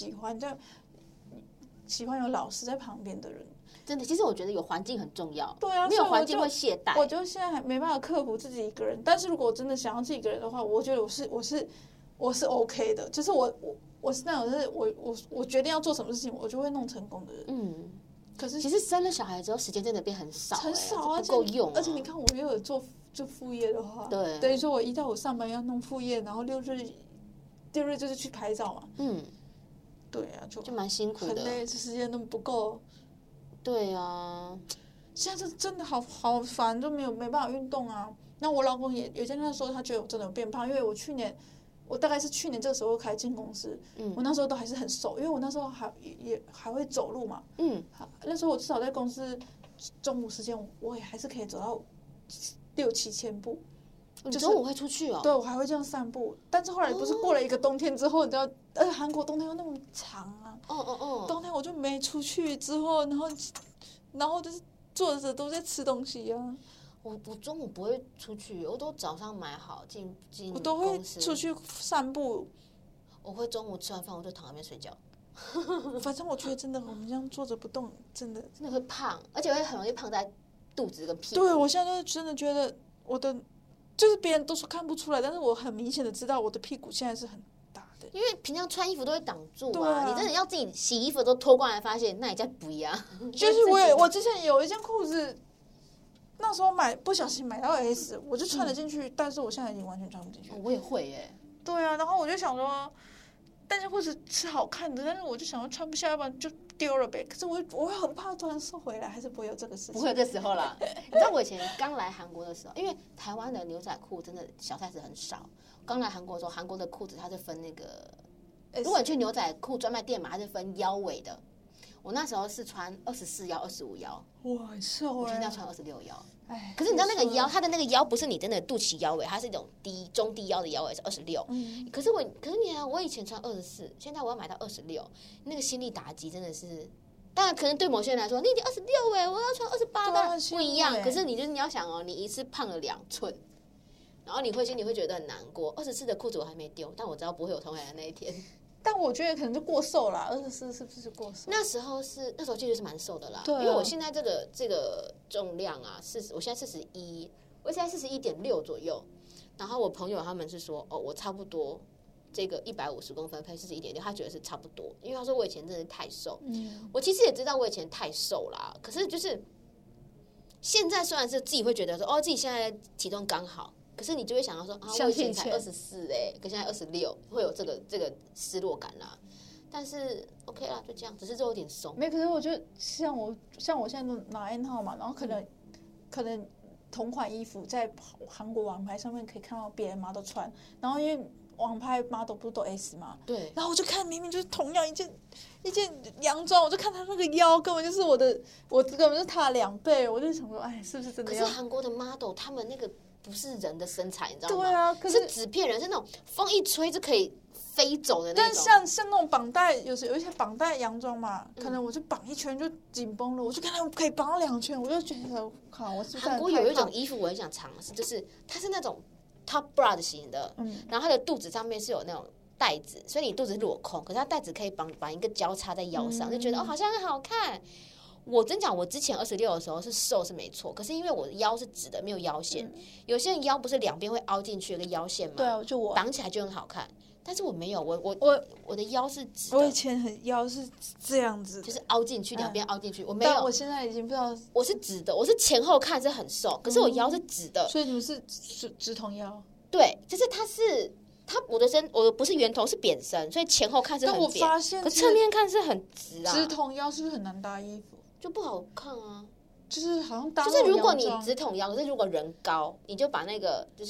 喜欢有老师在旁边的人， 真的，其实我觉得有环境很重要。 对啊， 没有环境会懈怠。 我就现在还没办法克服自己一个人，但是如果我真的想要自己一个人的话，我觉得我是 OK 的，就是我是那种就是我决定要做什么事情，我就会弄成功的人。可是其实生了小孩之后，时间真的变很少， 很少啊， 不够用。 而且你看，我又有做副业的话， 对， 等于说我1到5上班要弄副业，然后6日就是去拍照嘛。对啊， 就蛮辛苦的， 很累，时间都不够。 对啊， 现在真的好烦，就没办法运动啊。那我老公也跟他说，他觉得我真的有变胖，因为我大概是去年这个时候开进公司，我那时候都还是很瘦，因为我那时候还会走路嘛。那时候我至少在公司中午时间，我也还是可以走到6-7千步。 你中午会出去哦？ 对，我还会这样散步。但是后来不是过了一个冬天之后，你知道，而且韩国冬天又那么长啊。冬天我就没出去，之后然后就是坐着都在吃东西啊。 我中午不会出去，我都早上买好进我都会出去散步。 我会中午吃完饭我就躺在那边睡觉。 反正我觉得真的，我们这样坐着不动，真的会胖，而且会很容易胖在肚子跟屁股。 对，我现在就真的觉得我的。就是别人都说看不出来，但是我很明显的知道我的屁股现在是很大的， 因为平常穿衣服都会挡住啊。你真的要自己洗衣服都脱光来，发现那也叫不一样。 就是我之前有一件裤子，那时候不小心买到 S， 我就穿了进去，但是我现在已经完全穿不进去。 我也会耶。 对啊，然后我就想说，但是裤子是好看的，但是我就想说穿不下，要不然就丢了呗。可是我会很怕突然瘦回来，还是不会有这个事情。 不会有这时候啦。你知道我以前刚来韩国的时候，因为台湾的牛仔裤真的小 size 很少。刚来韩国的时候，韩国的裤子它是分那个，如果你去牛仔裤专卖店买，它是分腰围的。我那时候是穿24腰、25腰。 哇，很瘦我现在穿26腰。 可是你知道那个腰，它的那个腰不是你真的肚脐腰围，它是一种中低腰的腰围是26。可是你看，我以前穿24，现在我要买到26，那个心理打击真的是。当然，可能对某些人来说，你已经26我要穿28，当然不一样。可是你要想哦，你一次胖了2寸，然后心里会觉得很难过。24的裤子我还没丢，但我知道不会有同样的那一天。 但我觉得可能就过瘦啦，24是不是过瘦？ 那时候其实是蛮瘦的啦， 对、 因为我现在这个重量啊我现在41，我现在41.6左右。然后我朋友他们是说，我差不多这个150公分配41.6，他觉得是差不多，因为他说我以前真的是太瘦。我其实也知道我以前太瘦啦，可是就是现在虽然是自己会觉得说，自己现在体重刚好。可是你就会想到说我以前才24跟现在26，会有这个失落感啦。但是 OK 啦，就这样，只是肉有点松。 没，可是我觉得像我现在都拿 N 号嘛，然后可能同款衣服在韩国网拍上面可以看到别人 model 穿，然后因为网拍 model 不是都 S 嘛， 对， 然后我就看明明就是同样一件洋装，我就看他那个腰根本就是我根本是他2倍，我就想说，哎，是不是真的？ 可是韩国的 model 他们那个。不是人的身材，你知道吗？ 对啊，可是纸片人，是那种风一吹就可以飞走的那种。 但像那种绑带，有一些绑带洋装嘛，可能我就绑1圈就紧绷了，我就看他可以绑到2圈，我就觉得，靠，我是不是？ 韩国有一种衣服我很想尝试，就是它是那种 top bra 的型的，然后它的肚子上面是有那种带子，所以你肚子是裸空，可是它带子可以绑一个交叉在腰上，就觉得好像很好看。我真讲，我之前26的时候是瘦是没错，可是因为我的腰是直的，没有腰线。有些人腰不是两边会凹进去有个腰线嘛？ 对啊，就我绑起来就很好看。但是我没有，我的腰是直的。 我以前腰是这样子， 就是凹进去，两边凹进去。我没有， 但我现在已经不知道。 我是直的，我是前后看是很瘦，可是我腰是直的。 所以你们是直筒腰？ 对，就是我不是圆头，是扁身，所以前后看是很扁。 但我发现， 可侧面看是很直啊。 直筒腰是不是很难搭衣服？ 就不好看啊， 就是好像搭就是如果你直筒腰，可是如果人高，你就把那个就是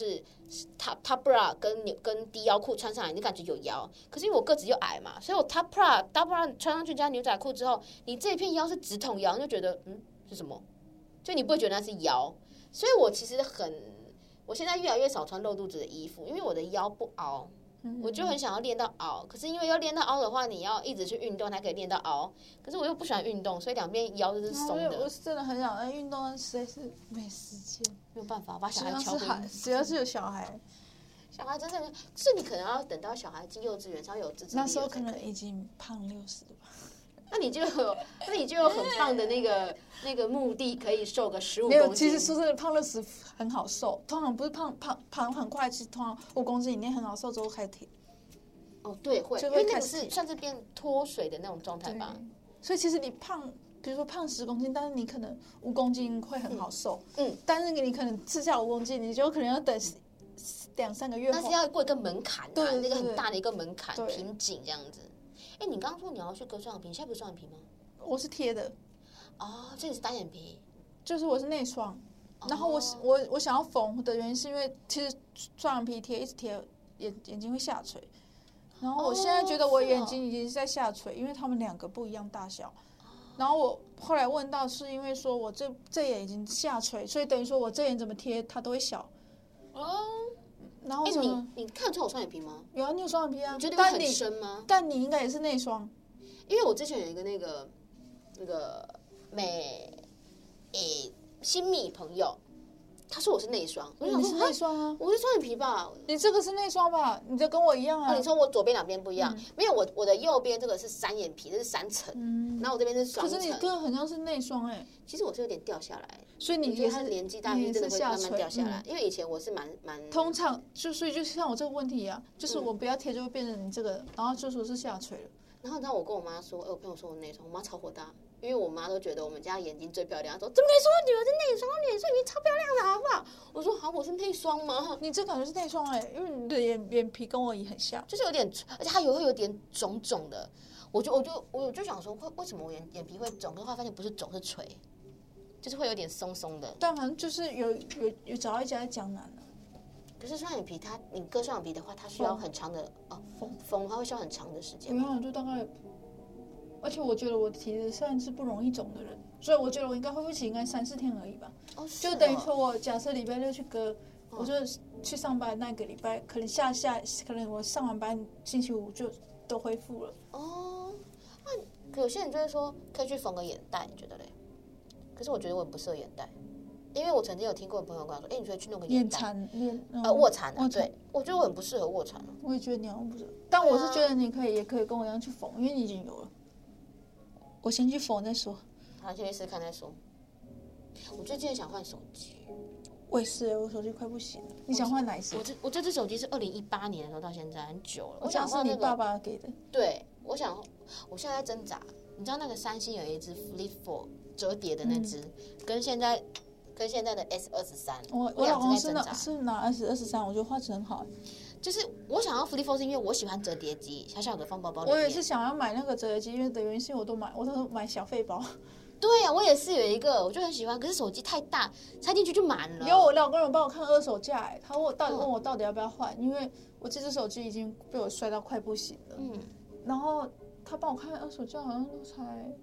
top bra 跟低腰裤穿上来，你就感觉有腰。可是因为我个子又矮嘛，所以我 top bra 穿上去加牛仔裤之后，你这一片腰是直筒腰，你就觉得是什么？就你不会觉得那是腰。所以我其实我现在越来越少穿露肚子的衣服，因为我的腰不凹。我就很想要练到凹，可是因为要练到凹的话，你要一直去运动才可以练到凹。可是我又不喜欢运动，所以两边腰就是松的。 我是真的很想运动，但实在是没时间， 没有办法把小孩敲回。 只要是有小孩真正就是你可能要等到小孩进幼稚园才有自制力。 那时候可能已经胖60了吧。 那你就有很棒的那个目的，可以瘦个15公斤。 没有，其实说真的，胖60很好瘦，通常不是胖很快，其实通常5公斤以内很好瘦，之后开始铁。 哦，对，会，因为那个是算是变脱水的那种状态吧。 所以其实你胖，比如说胖10公斤，但是你可能5公斤会很好瘦，但是你可能吃下5公斤，你就可能要等2-3个月后。 那是要过一个门槛啊， 对， 那个很大的一个门槛瓶颈这样子。哎，你刚刚说你要去割双眼皮，你现在不是双眼皮吗？ 我是贴的。 哦，这里是单眼皮。 就是我是内双，然后我想要缝的原因是因为其实双眼皮贴一直贴眼睛会下垂，然后我现在觉得我眼睛已经是在下垂，因为他们2个不一样大小。然后我后来问到是因为说我这眼已经下垂，所以等于说我这眼怎么贴它都会小。然后你看得出我双眼皮吗？ 有啊，你有双眼皮啊。 你觉得很深吗？ 但你应该也是内双， 因为我之前有一个那个新密朋友，他说我是内双，我想说你是内双啊， 我是双眼皮吧？ 你这个是内双吧？你这跟我一样啊。 你说我左边两边不一样？没有，我的右边这个是3眼皮，这是3层，然后我这边是双层。 可是你这个很像是内双哎。 其实我是有点掉下来， 所以你觉得他年纪大，真的会慢慢掉下来。因为以前我是蛮通常所以就像我这个问题一样，就是我不要贴就会变成你这个，然后就说是下垂了。 然后你知道我跟我妈说，我朋友说我内双，我妈超火大，因为我妈都觉得我们家眼睛最漂亮，她说怎么可以说我女儿是内双？我女儿说你超漂亮的好不好？我说好，我是内双吗？ 你这感觉是内双哎，因为你的眼皮跟我也很像， 就是有点，而且它会有点肿肿的。我就想说，为什么我眼皮会肿？可是后来发现不是肿，是垂，就是会有点松松的。 但反正就是有找到一家在江南了。 可是双眼皮你割双眼皮的话，它需要很长的缝，它会需要很长的时间。 没有，就大概，而且我觉得我体质算是不容易肿的人。 所以我觉得我应该恢复期应该3-4天而已吧。就等于说我假设礼拜六去割，我就去上班那个礼拜，可能可能我上完班星期五就都恢复了。 那有些人就会说可以去缝个眼袋，你觉得嘞？可是我觉得我很不适合眼袋，因为我曾经有听过朋友跟我说，你觉得去弄个眼袋？卧蚕啊，对，我觉得我很不适合卧蚕。 我也觉得你好像不适合，但我是觉得你也可以跟我一样去缝，因为你已经有了。我先去缝再说。 好，先去试看再说。我最近想换手机。 我也是，我手机快不行了。你想换哪一只？ 我这只手机是2018年的时候到现在很久了。 我想是你爸爸给的。 对，我现在在挣扎。你知道那个三星有一只 Flip 4折叠的那只，跟现在的 S23， 我老公是拿 S23，我觉得画质很好。 就是我想要 Flip 4是因为我喜欢折叠机，小小的放包包里面。 我也是想要买那个折叠机，因为的原因是我都买小废包。 对呀，我也是有一个，我就很喜欢，可是手机太大，插进去就满了。 因为我老公有帮我看二手价，他问我到底要不要换，因为我这只手机已经被我摔到快不行了。然后他帮我看二手价，好像都才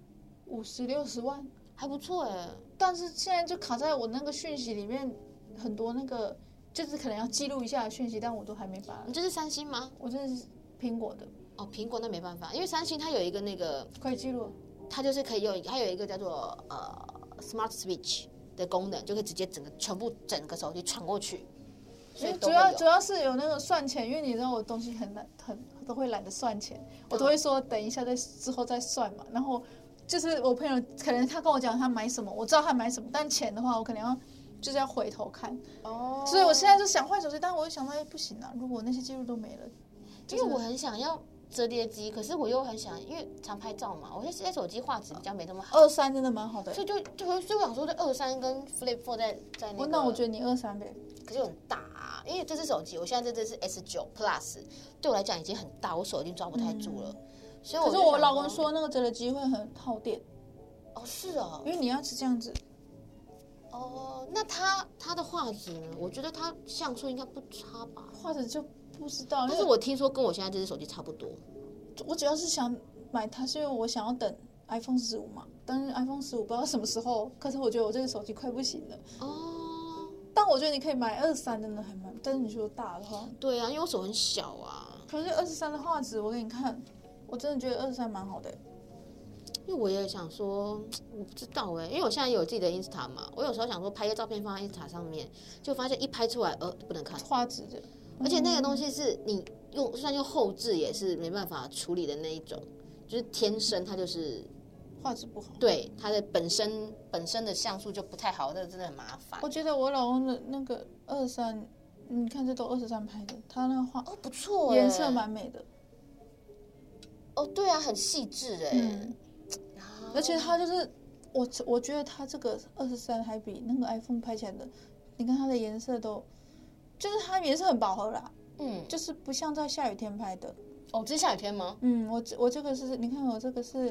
50-60万， 还不错哎。 但是现在就卡在我那个讯息里面，很多那个就是可能要记录一下的讯息，但我都还没把。 你这是三星吗？ 我这是苹果的。 哦，苹果那没办法，因为三星它有一个那个可以记录。 它就是可以用，它有一个叫做Smart Switch 的功能，就可以直接全部整个手机传过去。所以主要是有那个算钱，因为你知道我东西都会懒得算钱，我都会说等一下之后再算嘛。然后就是我朋友可能他跟我讲他买什么，我知道他买什么，但钱的话我可能就是要回头看。所以我现在就想换手机，但我又想到不行啊，如果那些记录都没了， 因为我很想要折叠机，可是我又很想，因为常拍照嘛，我现在手机画质比较没那么好。 23真的蛮好的， 所以我想说，这23跟 Flip 4在那个。 那我觉得你23呗。 可是很大啊，因为这只手机，我现在这只是 S9 Plus， 对我来讲已经很大，我手已经抓不太住了。所以可是我老公说那个折叠机会很耗电。 是哦， 因为你要是这样子。 那它的画质呢？我觉得它像素应该不差吧。 画质就不知道， 但是我听说跟我现在这只手机差不多。 我主要是想买它，是因为我想要等 iPhone 15嘛。但是 iPhone 15不知道什么时候，可是我觉得我这个手机快不行了。但我觉得你可以买23，真的还蛮。但是你说大的话， 对啊，因为我手很小啊。 可是23的画质，我给你看，我真的觉得23蛮好的。 因为我也想说，我不知道因为我现在有自己的 Insta 嘛，我有时候想说拍一个照片放在 Insta 上面，就发现一拍出来不能看画质的， 而且那个东西是你虽然用后置也是没办法处理的那一种，就是天生它就是画质不好， 对它的本身的像素就不太好，这个真的很麻烦。 我觉得我老公的那个23，你看这都23拍的，他那个画不错颜色蛮美的。 对啊，很细致而且它就是我觉得它这个23还比那个 iPhone 拍起来的，你看它的颜色就是它颜色很饱和啦，就是不像在下雨天拍的。 这是下雨天吗？ 我这个是，你看我这个是，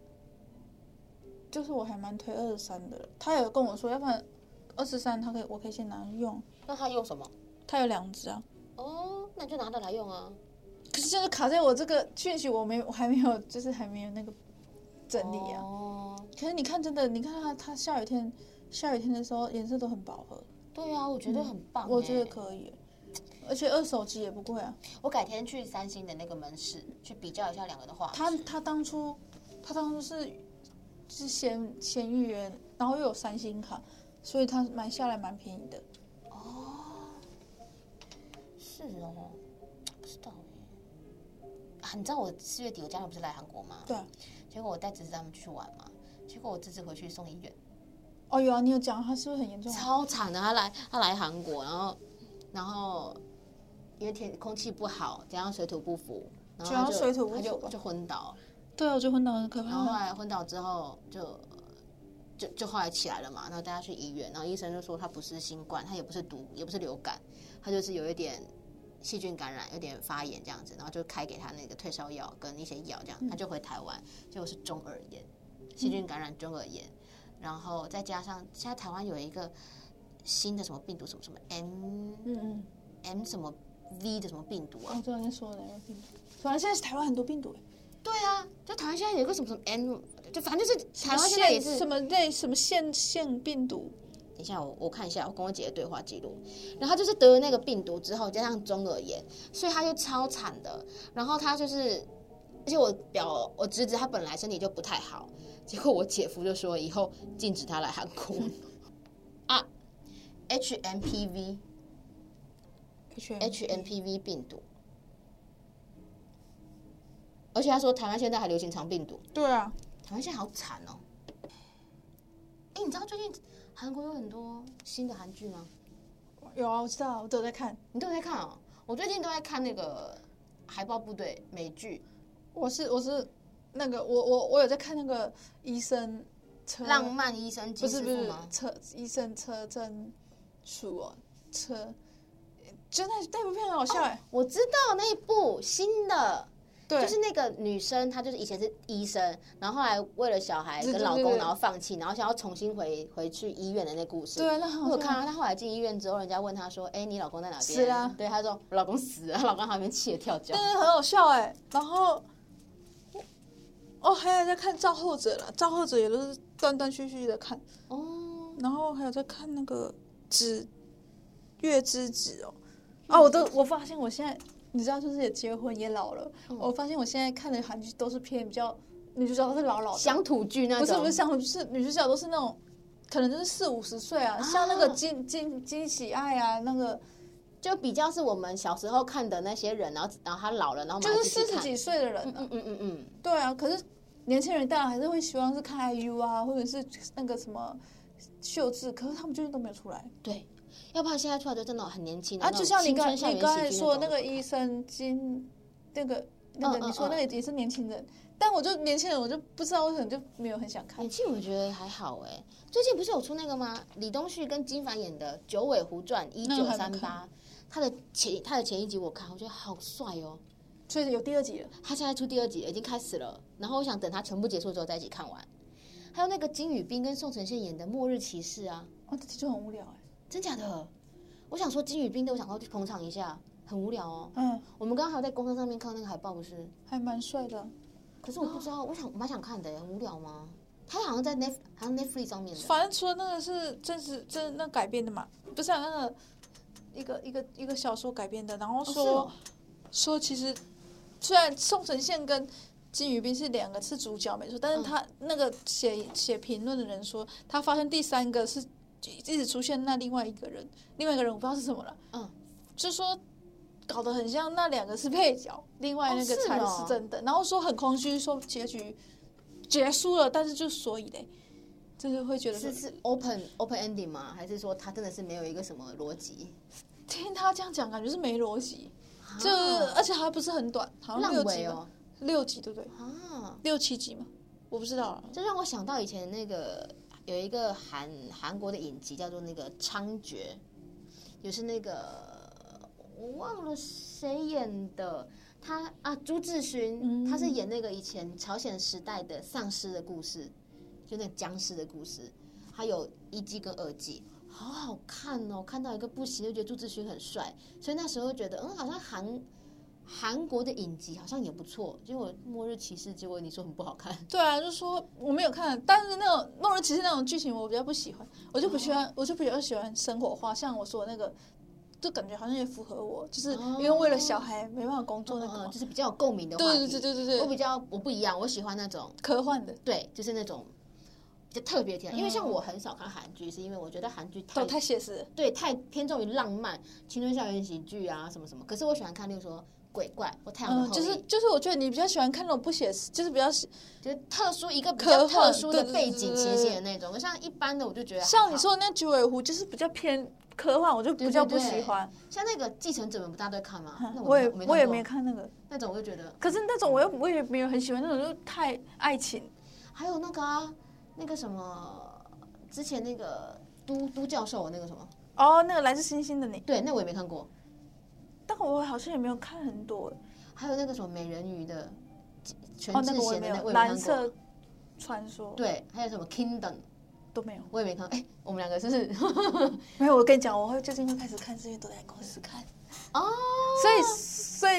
就是我还蛮推23的。他有跟我说，要不然23我可以先拿来用。 那他用什么？ 他有2只啊。 那你就拿它来用啊。 可是就是卡在我这个讯息，我还没有那个整理啊。可是你看，真的，你看它下雨天的时候颜色都很饱和。 对啊，我觉得很棒。 我觉得可以，而且二手机也不贵啊。 我改天去三星的那个门市去比较一下两个的画质。 他当初是先预约，然后又有3星卡，所以他买下来蛮便宜的。 是哦，不知道你知道我4月底我家人不是来韩国吗？ 对。 结果我带侄子他们去玩嘛，结果我侄子回去送医院。 有啊，你有讲他是不是很严重？ 超惨的，他来韩国，然后因为空气不好，加上水土不服，然后他就昏倒。 对啊，我觉得昏倒很可怕。 然后后来昏倒之后就后来起来了嘛，然后带他去医院，然后医生就说他不是新冠，他也不是也不是流感，他就是有一点细菌感染，有点发炎这样子，然后就开给他那个退烧药跟一些药这样，他就回台湾，结果是中耳炎，细菌感染中耳炎，然后再加上现在台湾有一个新的什么病毒，什么 M 什么 V 的什么病毒啊？ 我知道你说的那个病毒，反正现在台湾很多病毒对啊，就台湾现在有个什么 M 就反正就是台湾现在也是什么腺病毒。 等一下，我看一下我跟我姐的对话记录，然后他就是得了那个病毒之后，加上中耳炎，所以他就超惨的。然后他就是，而且我侄子他本来身体就不太好，结果我姐夫就说以后禁止他来韩国啊 ，HMPV 病毒，而且他说台湾现在还流行肠病毒。 对啊， 台湾现在好惨哦。哎，你知道最近韩国有很多新的韩剧吗？ 有啊，我知道，我都有在看。 你都有在看哦？我最近都在看那个海豹部队美剧。 我是那个我有在看那个医生车浪漫医生金师傅吗？ 医生车真署哦车，就那部片很好笑哎。 我知道那一部新的。 对， 就是那个女生，她就是以前是医生，然后后来为了小孩跟老公，然后放弃，然后想要重新回去医院的那故事。 对，那很好。 我看到她后来进医院之后，人家问她说：“哎，你老公在哪边？” 死了。 对，她说：“我老公死了。”老公还没气得跳脚。 但是很好笑哎。然后，还有在看《造后者》了，《造后者》也都是断断续续的看。哦。然后还有在看那个月之子哦。我发现我现在。你知道，就是也结婚也老了。我发现我现在看的韩剧都是偏比较女主角都是老的乡土剧那种， 不是乡土，就是女主角都是那种可能就是40-50岁啊，像那个金喜爱啊，那个就比较是我们小时候看的那些人，然后他老了，然后就是40几岁的人。对啊，可是年轻人当然还是会希望是看 IU 啊，或者是那个什么秀智，可是他们最近都没有出来。 对。要不然现在出来就真的很年轻啊，就像你刚才说那个医生金，那个你说那个也是年轻人，但我就年轻人我就不知道为什么就没有很想看。 年轻我觉得还好哎，最近不是有出那个吗？李东旭跟金凡演的《九尾狐传1938》，他的前一集我看，我觉得好帅哦。 所以有第2集了， 他现在出第2集了，已经开始了。然后我想等他全部结束之后再一起看完。还有那个金宇彬跟宋承宪演的《末日骑士》啊， 这题就很无聊哎。 真假的？我想说金宇彬的，我想要去捧场一下，很无聊哦。我们刚刚还有在公车上面看那个海报，不是？ 还蛮帅的。 可是我不知道，我蛮想看的，很无聊吗？他好像在Netflix 上面的。 反正说那个是真那改编的嘛，不是那个一个小说改编的，然后说其实虽然宋承宪跟金宇彬是2个是主角没错，但是他那个写评论的人说，他发现第3个是。一直出现那另外一个人我不知道是什么了，就说搞得很像那2个是配角，另外那个才是真的，然后说很空虚，说结局结束了，但是就所以嘞，就是会觉得是 open ending 吗？还是说他真的是没有一个什么逻辑？ 听他这样讲，感觉是没逻辑，就而且还不是很短，好像6集哦，6集对不对？6-7集嘛，我不知道了。 这让我想到以前那个。有一个韩国的影集叫做那个《猖獗》，也是那个我忘了谁演的，朱智勋，他是演那个以前朝鲜时代的丧尸的故事，就那个僵尸的故事，还有1季跟2季，好好看哦，看到一个不行就觉得朱智勋很帅，所以那时候觉得好像韩国的影集好像也不错，结果《末日骑士》结果你说很不好看。 对啊，就说我没有看，但是那种《末日骑士》那种剧情我比较不喜欢，我就比较喜欢生活化，像我说的那个，就感觉好像也符合我，就是因为为了小孩没办法工作那个， 就是比较有共鸣的话题。 对， 我不一样，我喜欢那种科幻的， 对，就是那种比较特别的，因为像我很少看韩剧，是因为我觉得韩剧太写实， 对，太偏重于浪漫、青春校园喜剧啊什么什么。可是我喜欢看，例如说。鬼怪或太阳的后裔， 就是我觉得你比较喜欢看那种不写实，就是比较就是特殊一个比较特殊的背景情形的那种，像一般的我就觉得像你说的那九尾狐就是比较偏科幻，我就比较不喜欢。 像那个继承者们不大家都看吗？ 我也没看那个， 那种我就觉得， 可是那种我也没有很喜欢，那种就太爱情。 还有那个那个什么，之前那个都教授那个什么那个来自星星的你， 对，那我也没看过。 但我好像也没有看很多， 还有那个什么美人鱼的全智贤的那个蓝色传说， 对，还有什么 Kingdom 都没有， 我也没看。我们2个是不是？ 没有，我跟你讲，我最近会开始看，是因为都在公司看哦， 所以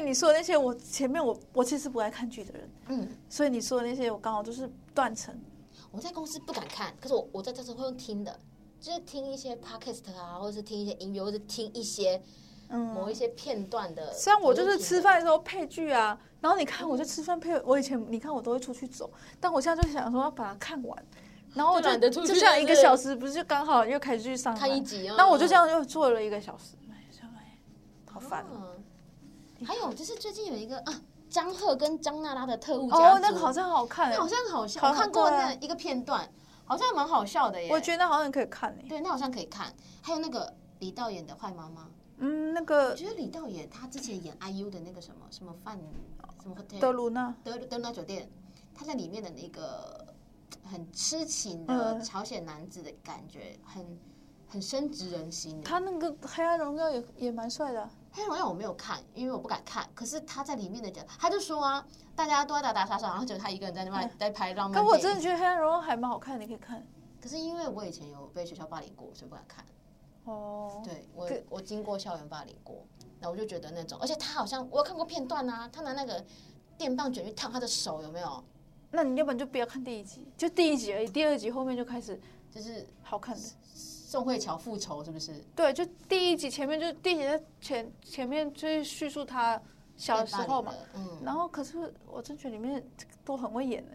你说的那些，我前面我其实不爱看剧的人，所以你说的那些我刚好就是断层。 我在公司不敢看，可是我在这时候会用听的，就是听一些 podcast 啊，或者是听一些音乐，或者听一些某一些片段的。 虽然我就是吃饭的时候配剧啊，然后你看我就吃饭配，我以前你看我都会出去走，但我现在就想说要把它看完。然后我就这样1个小时，不是就刚好又开始去上班看一集， 然后我就这样又做了1个小时，好烦。 还有就是最近有一个张赫跟张娜拉的特务家族， 那个好像好看， 那好像好笑，我看过那一个片段，好像蛮好笑的耶。 我觉得好像可以看耶。 对，那好像可以看。还有那个李道演的坏妈妈， 那个我觉得李道演他之前演 IU 的那个什么饭什么 hotel 德鲁纳酒店，他在里面的那个很痴情的朝鲜男子的感觉，很深植人心。 他那个《黑暗荣耀》也蛮帅的。 黑暗荣耀我没有看，因为我不敢看。可是他在里面的讲，他就说啊，大家都在打打杀杀，然后只有他一个人在那边在拍浪漫电影。 可我真的觉得《黑暗荣耀》还蛮好看的，你可以看。 可是因为我以前有被学校霸凌过，所以不敢看。对，我经过校园霸凌过，那我就觉得那种，而且他好像我有看过片段啊，他拿那个电棒卷去烫他的手，有没有？ 那你要不然就不要看第1集，就第1集而已，第2集后面就开始就是好看的。 宋慧乔复仇是不是？ 对，就第1集前面就第1集在前面就是叙述他小的时候嘛，然后可是我真觉得里面都很会演的。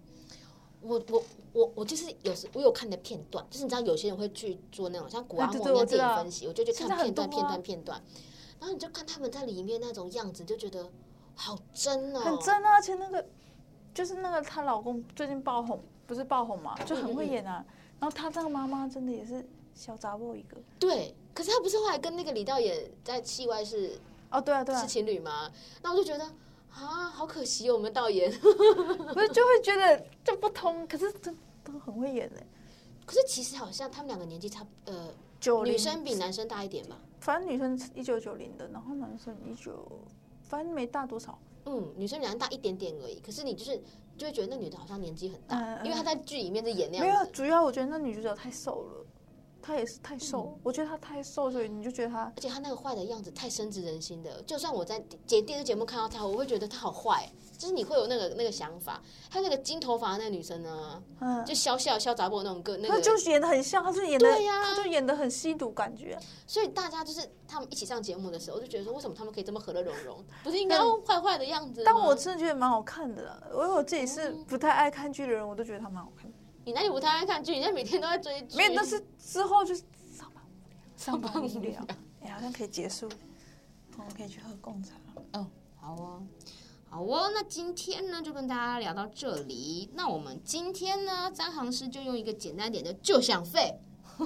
我就是我有看的片段，就是你知道有些人会去做那种像古阿莫那样电影分析，我就去看片段，然后你就看他们在里面那种样子，就觉得好真哦， 很真啊！而且那个就是那个她老公最近爆红，不是爆红嘛，就很会演啊。然后她这个妈妈真的也是小杂货一个。 对，可是她不是后来跟那个李道演在戏外是对啊是情侣吗？那我就觉得好可惜哦，我们导演不是就会觉得就不通，可是都很会演的。 可是其实好像他们2个年纪差女生比男生大一点吧？ 反正女生1990的，然后男生反正没大多少。 女生比男生大一点点而已。可是你就会觉得那女的好像年纪很大，因为她在剧里面是演那样子。 没有，主要我觉得那女主角太瘦了。她也是太瘦，我觉得她太瘦，所以你就觉得她， 而且她那个坏的样子太深植人心的。就算我在电视节目看到她，我会觉得她好坏，就是你会有那个想法。还有那个金头发的那个女生呢，就肖杂波那种那个， 她就演得很像，她就演的，她就演得很吸毒感觉。 所以大家就是他们一起上节目的时候，就觉得说，为什么他们可以这么和乐融融？不是应该坏坏的样子吗？ 但我真的觉得蛮好看的，因为我自己是不太爱看剧的人，我都觉得它蛮好看的。 你哪里不太爱看剧？你现在每天都在追剧。 没有，但是之后就是上班无聊，好像可以结束，我们可以去喝贡茶。 好哦，那今天呢就跟大家聊到这里。那我们今天呢，詹航师就用一个简单点的就想废，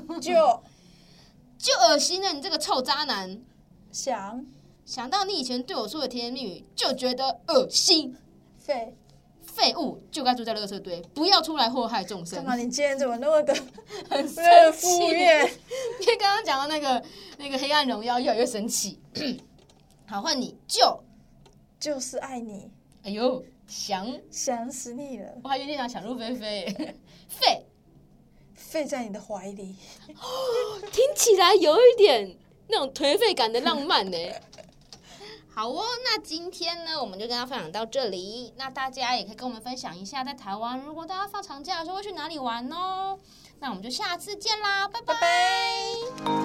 就恶心了，你这个臭渣男！想到你以前对我说的甜言蜜语，就觉得恶心。废物就该住在垃圾堆，不要出来祸害众生。 干嘛？你今天怎么那么的很敷衍？ 因为刚刚讲到那个黑暗荣耀，越来越生气。好，换你就是爱你。 哎呦， 想死你了！ 我还有点想入非非。 废在你的怀里， 听起来有一点那种颓废感的浪漫呢。好哦，那今天呢，我们就跟大家分享到这里。那大家也可以跟我们分享一下，在台湾如果大家放长假的时候会去哪里玩哦。那我们就下次见啦，拜拜。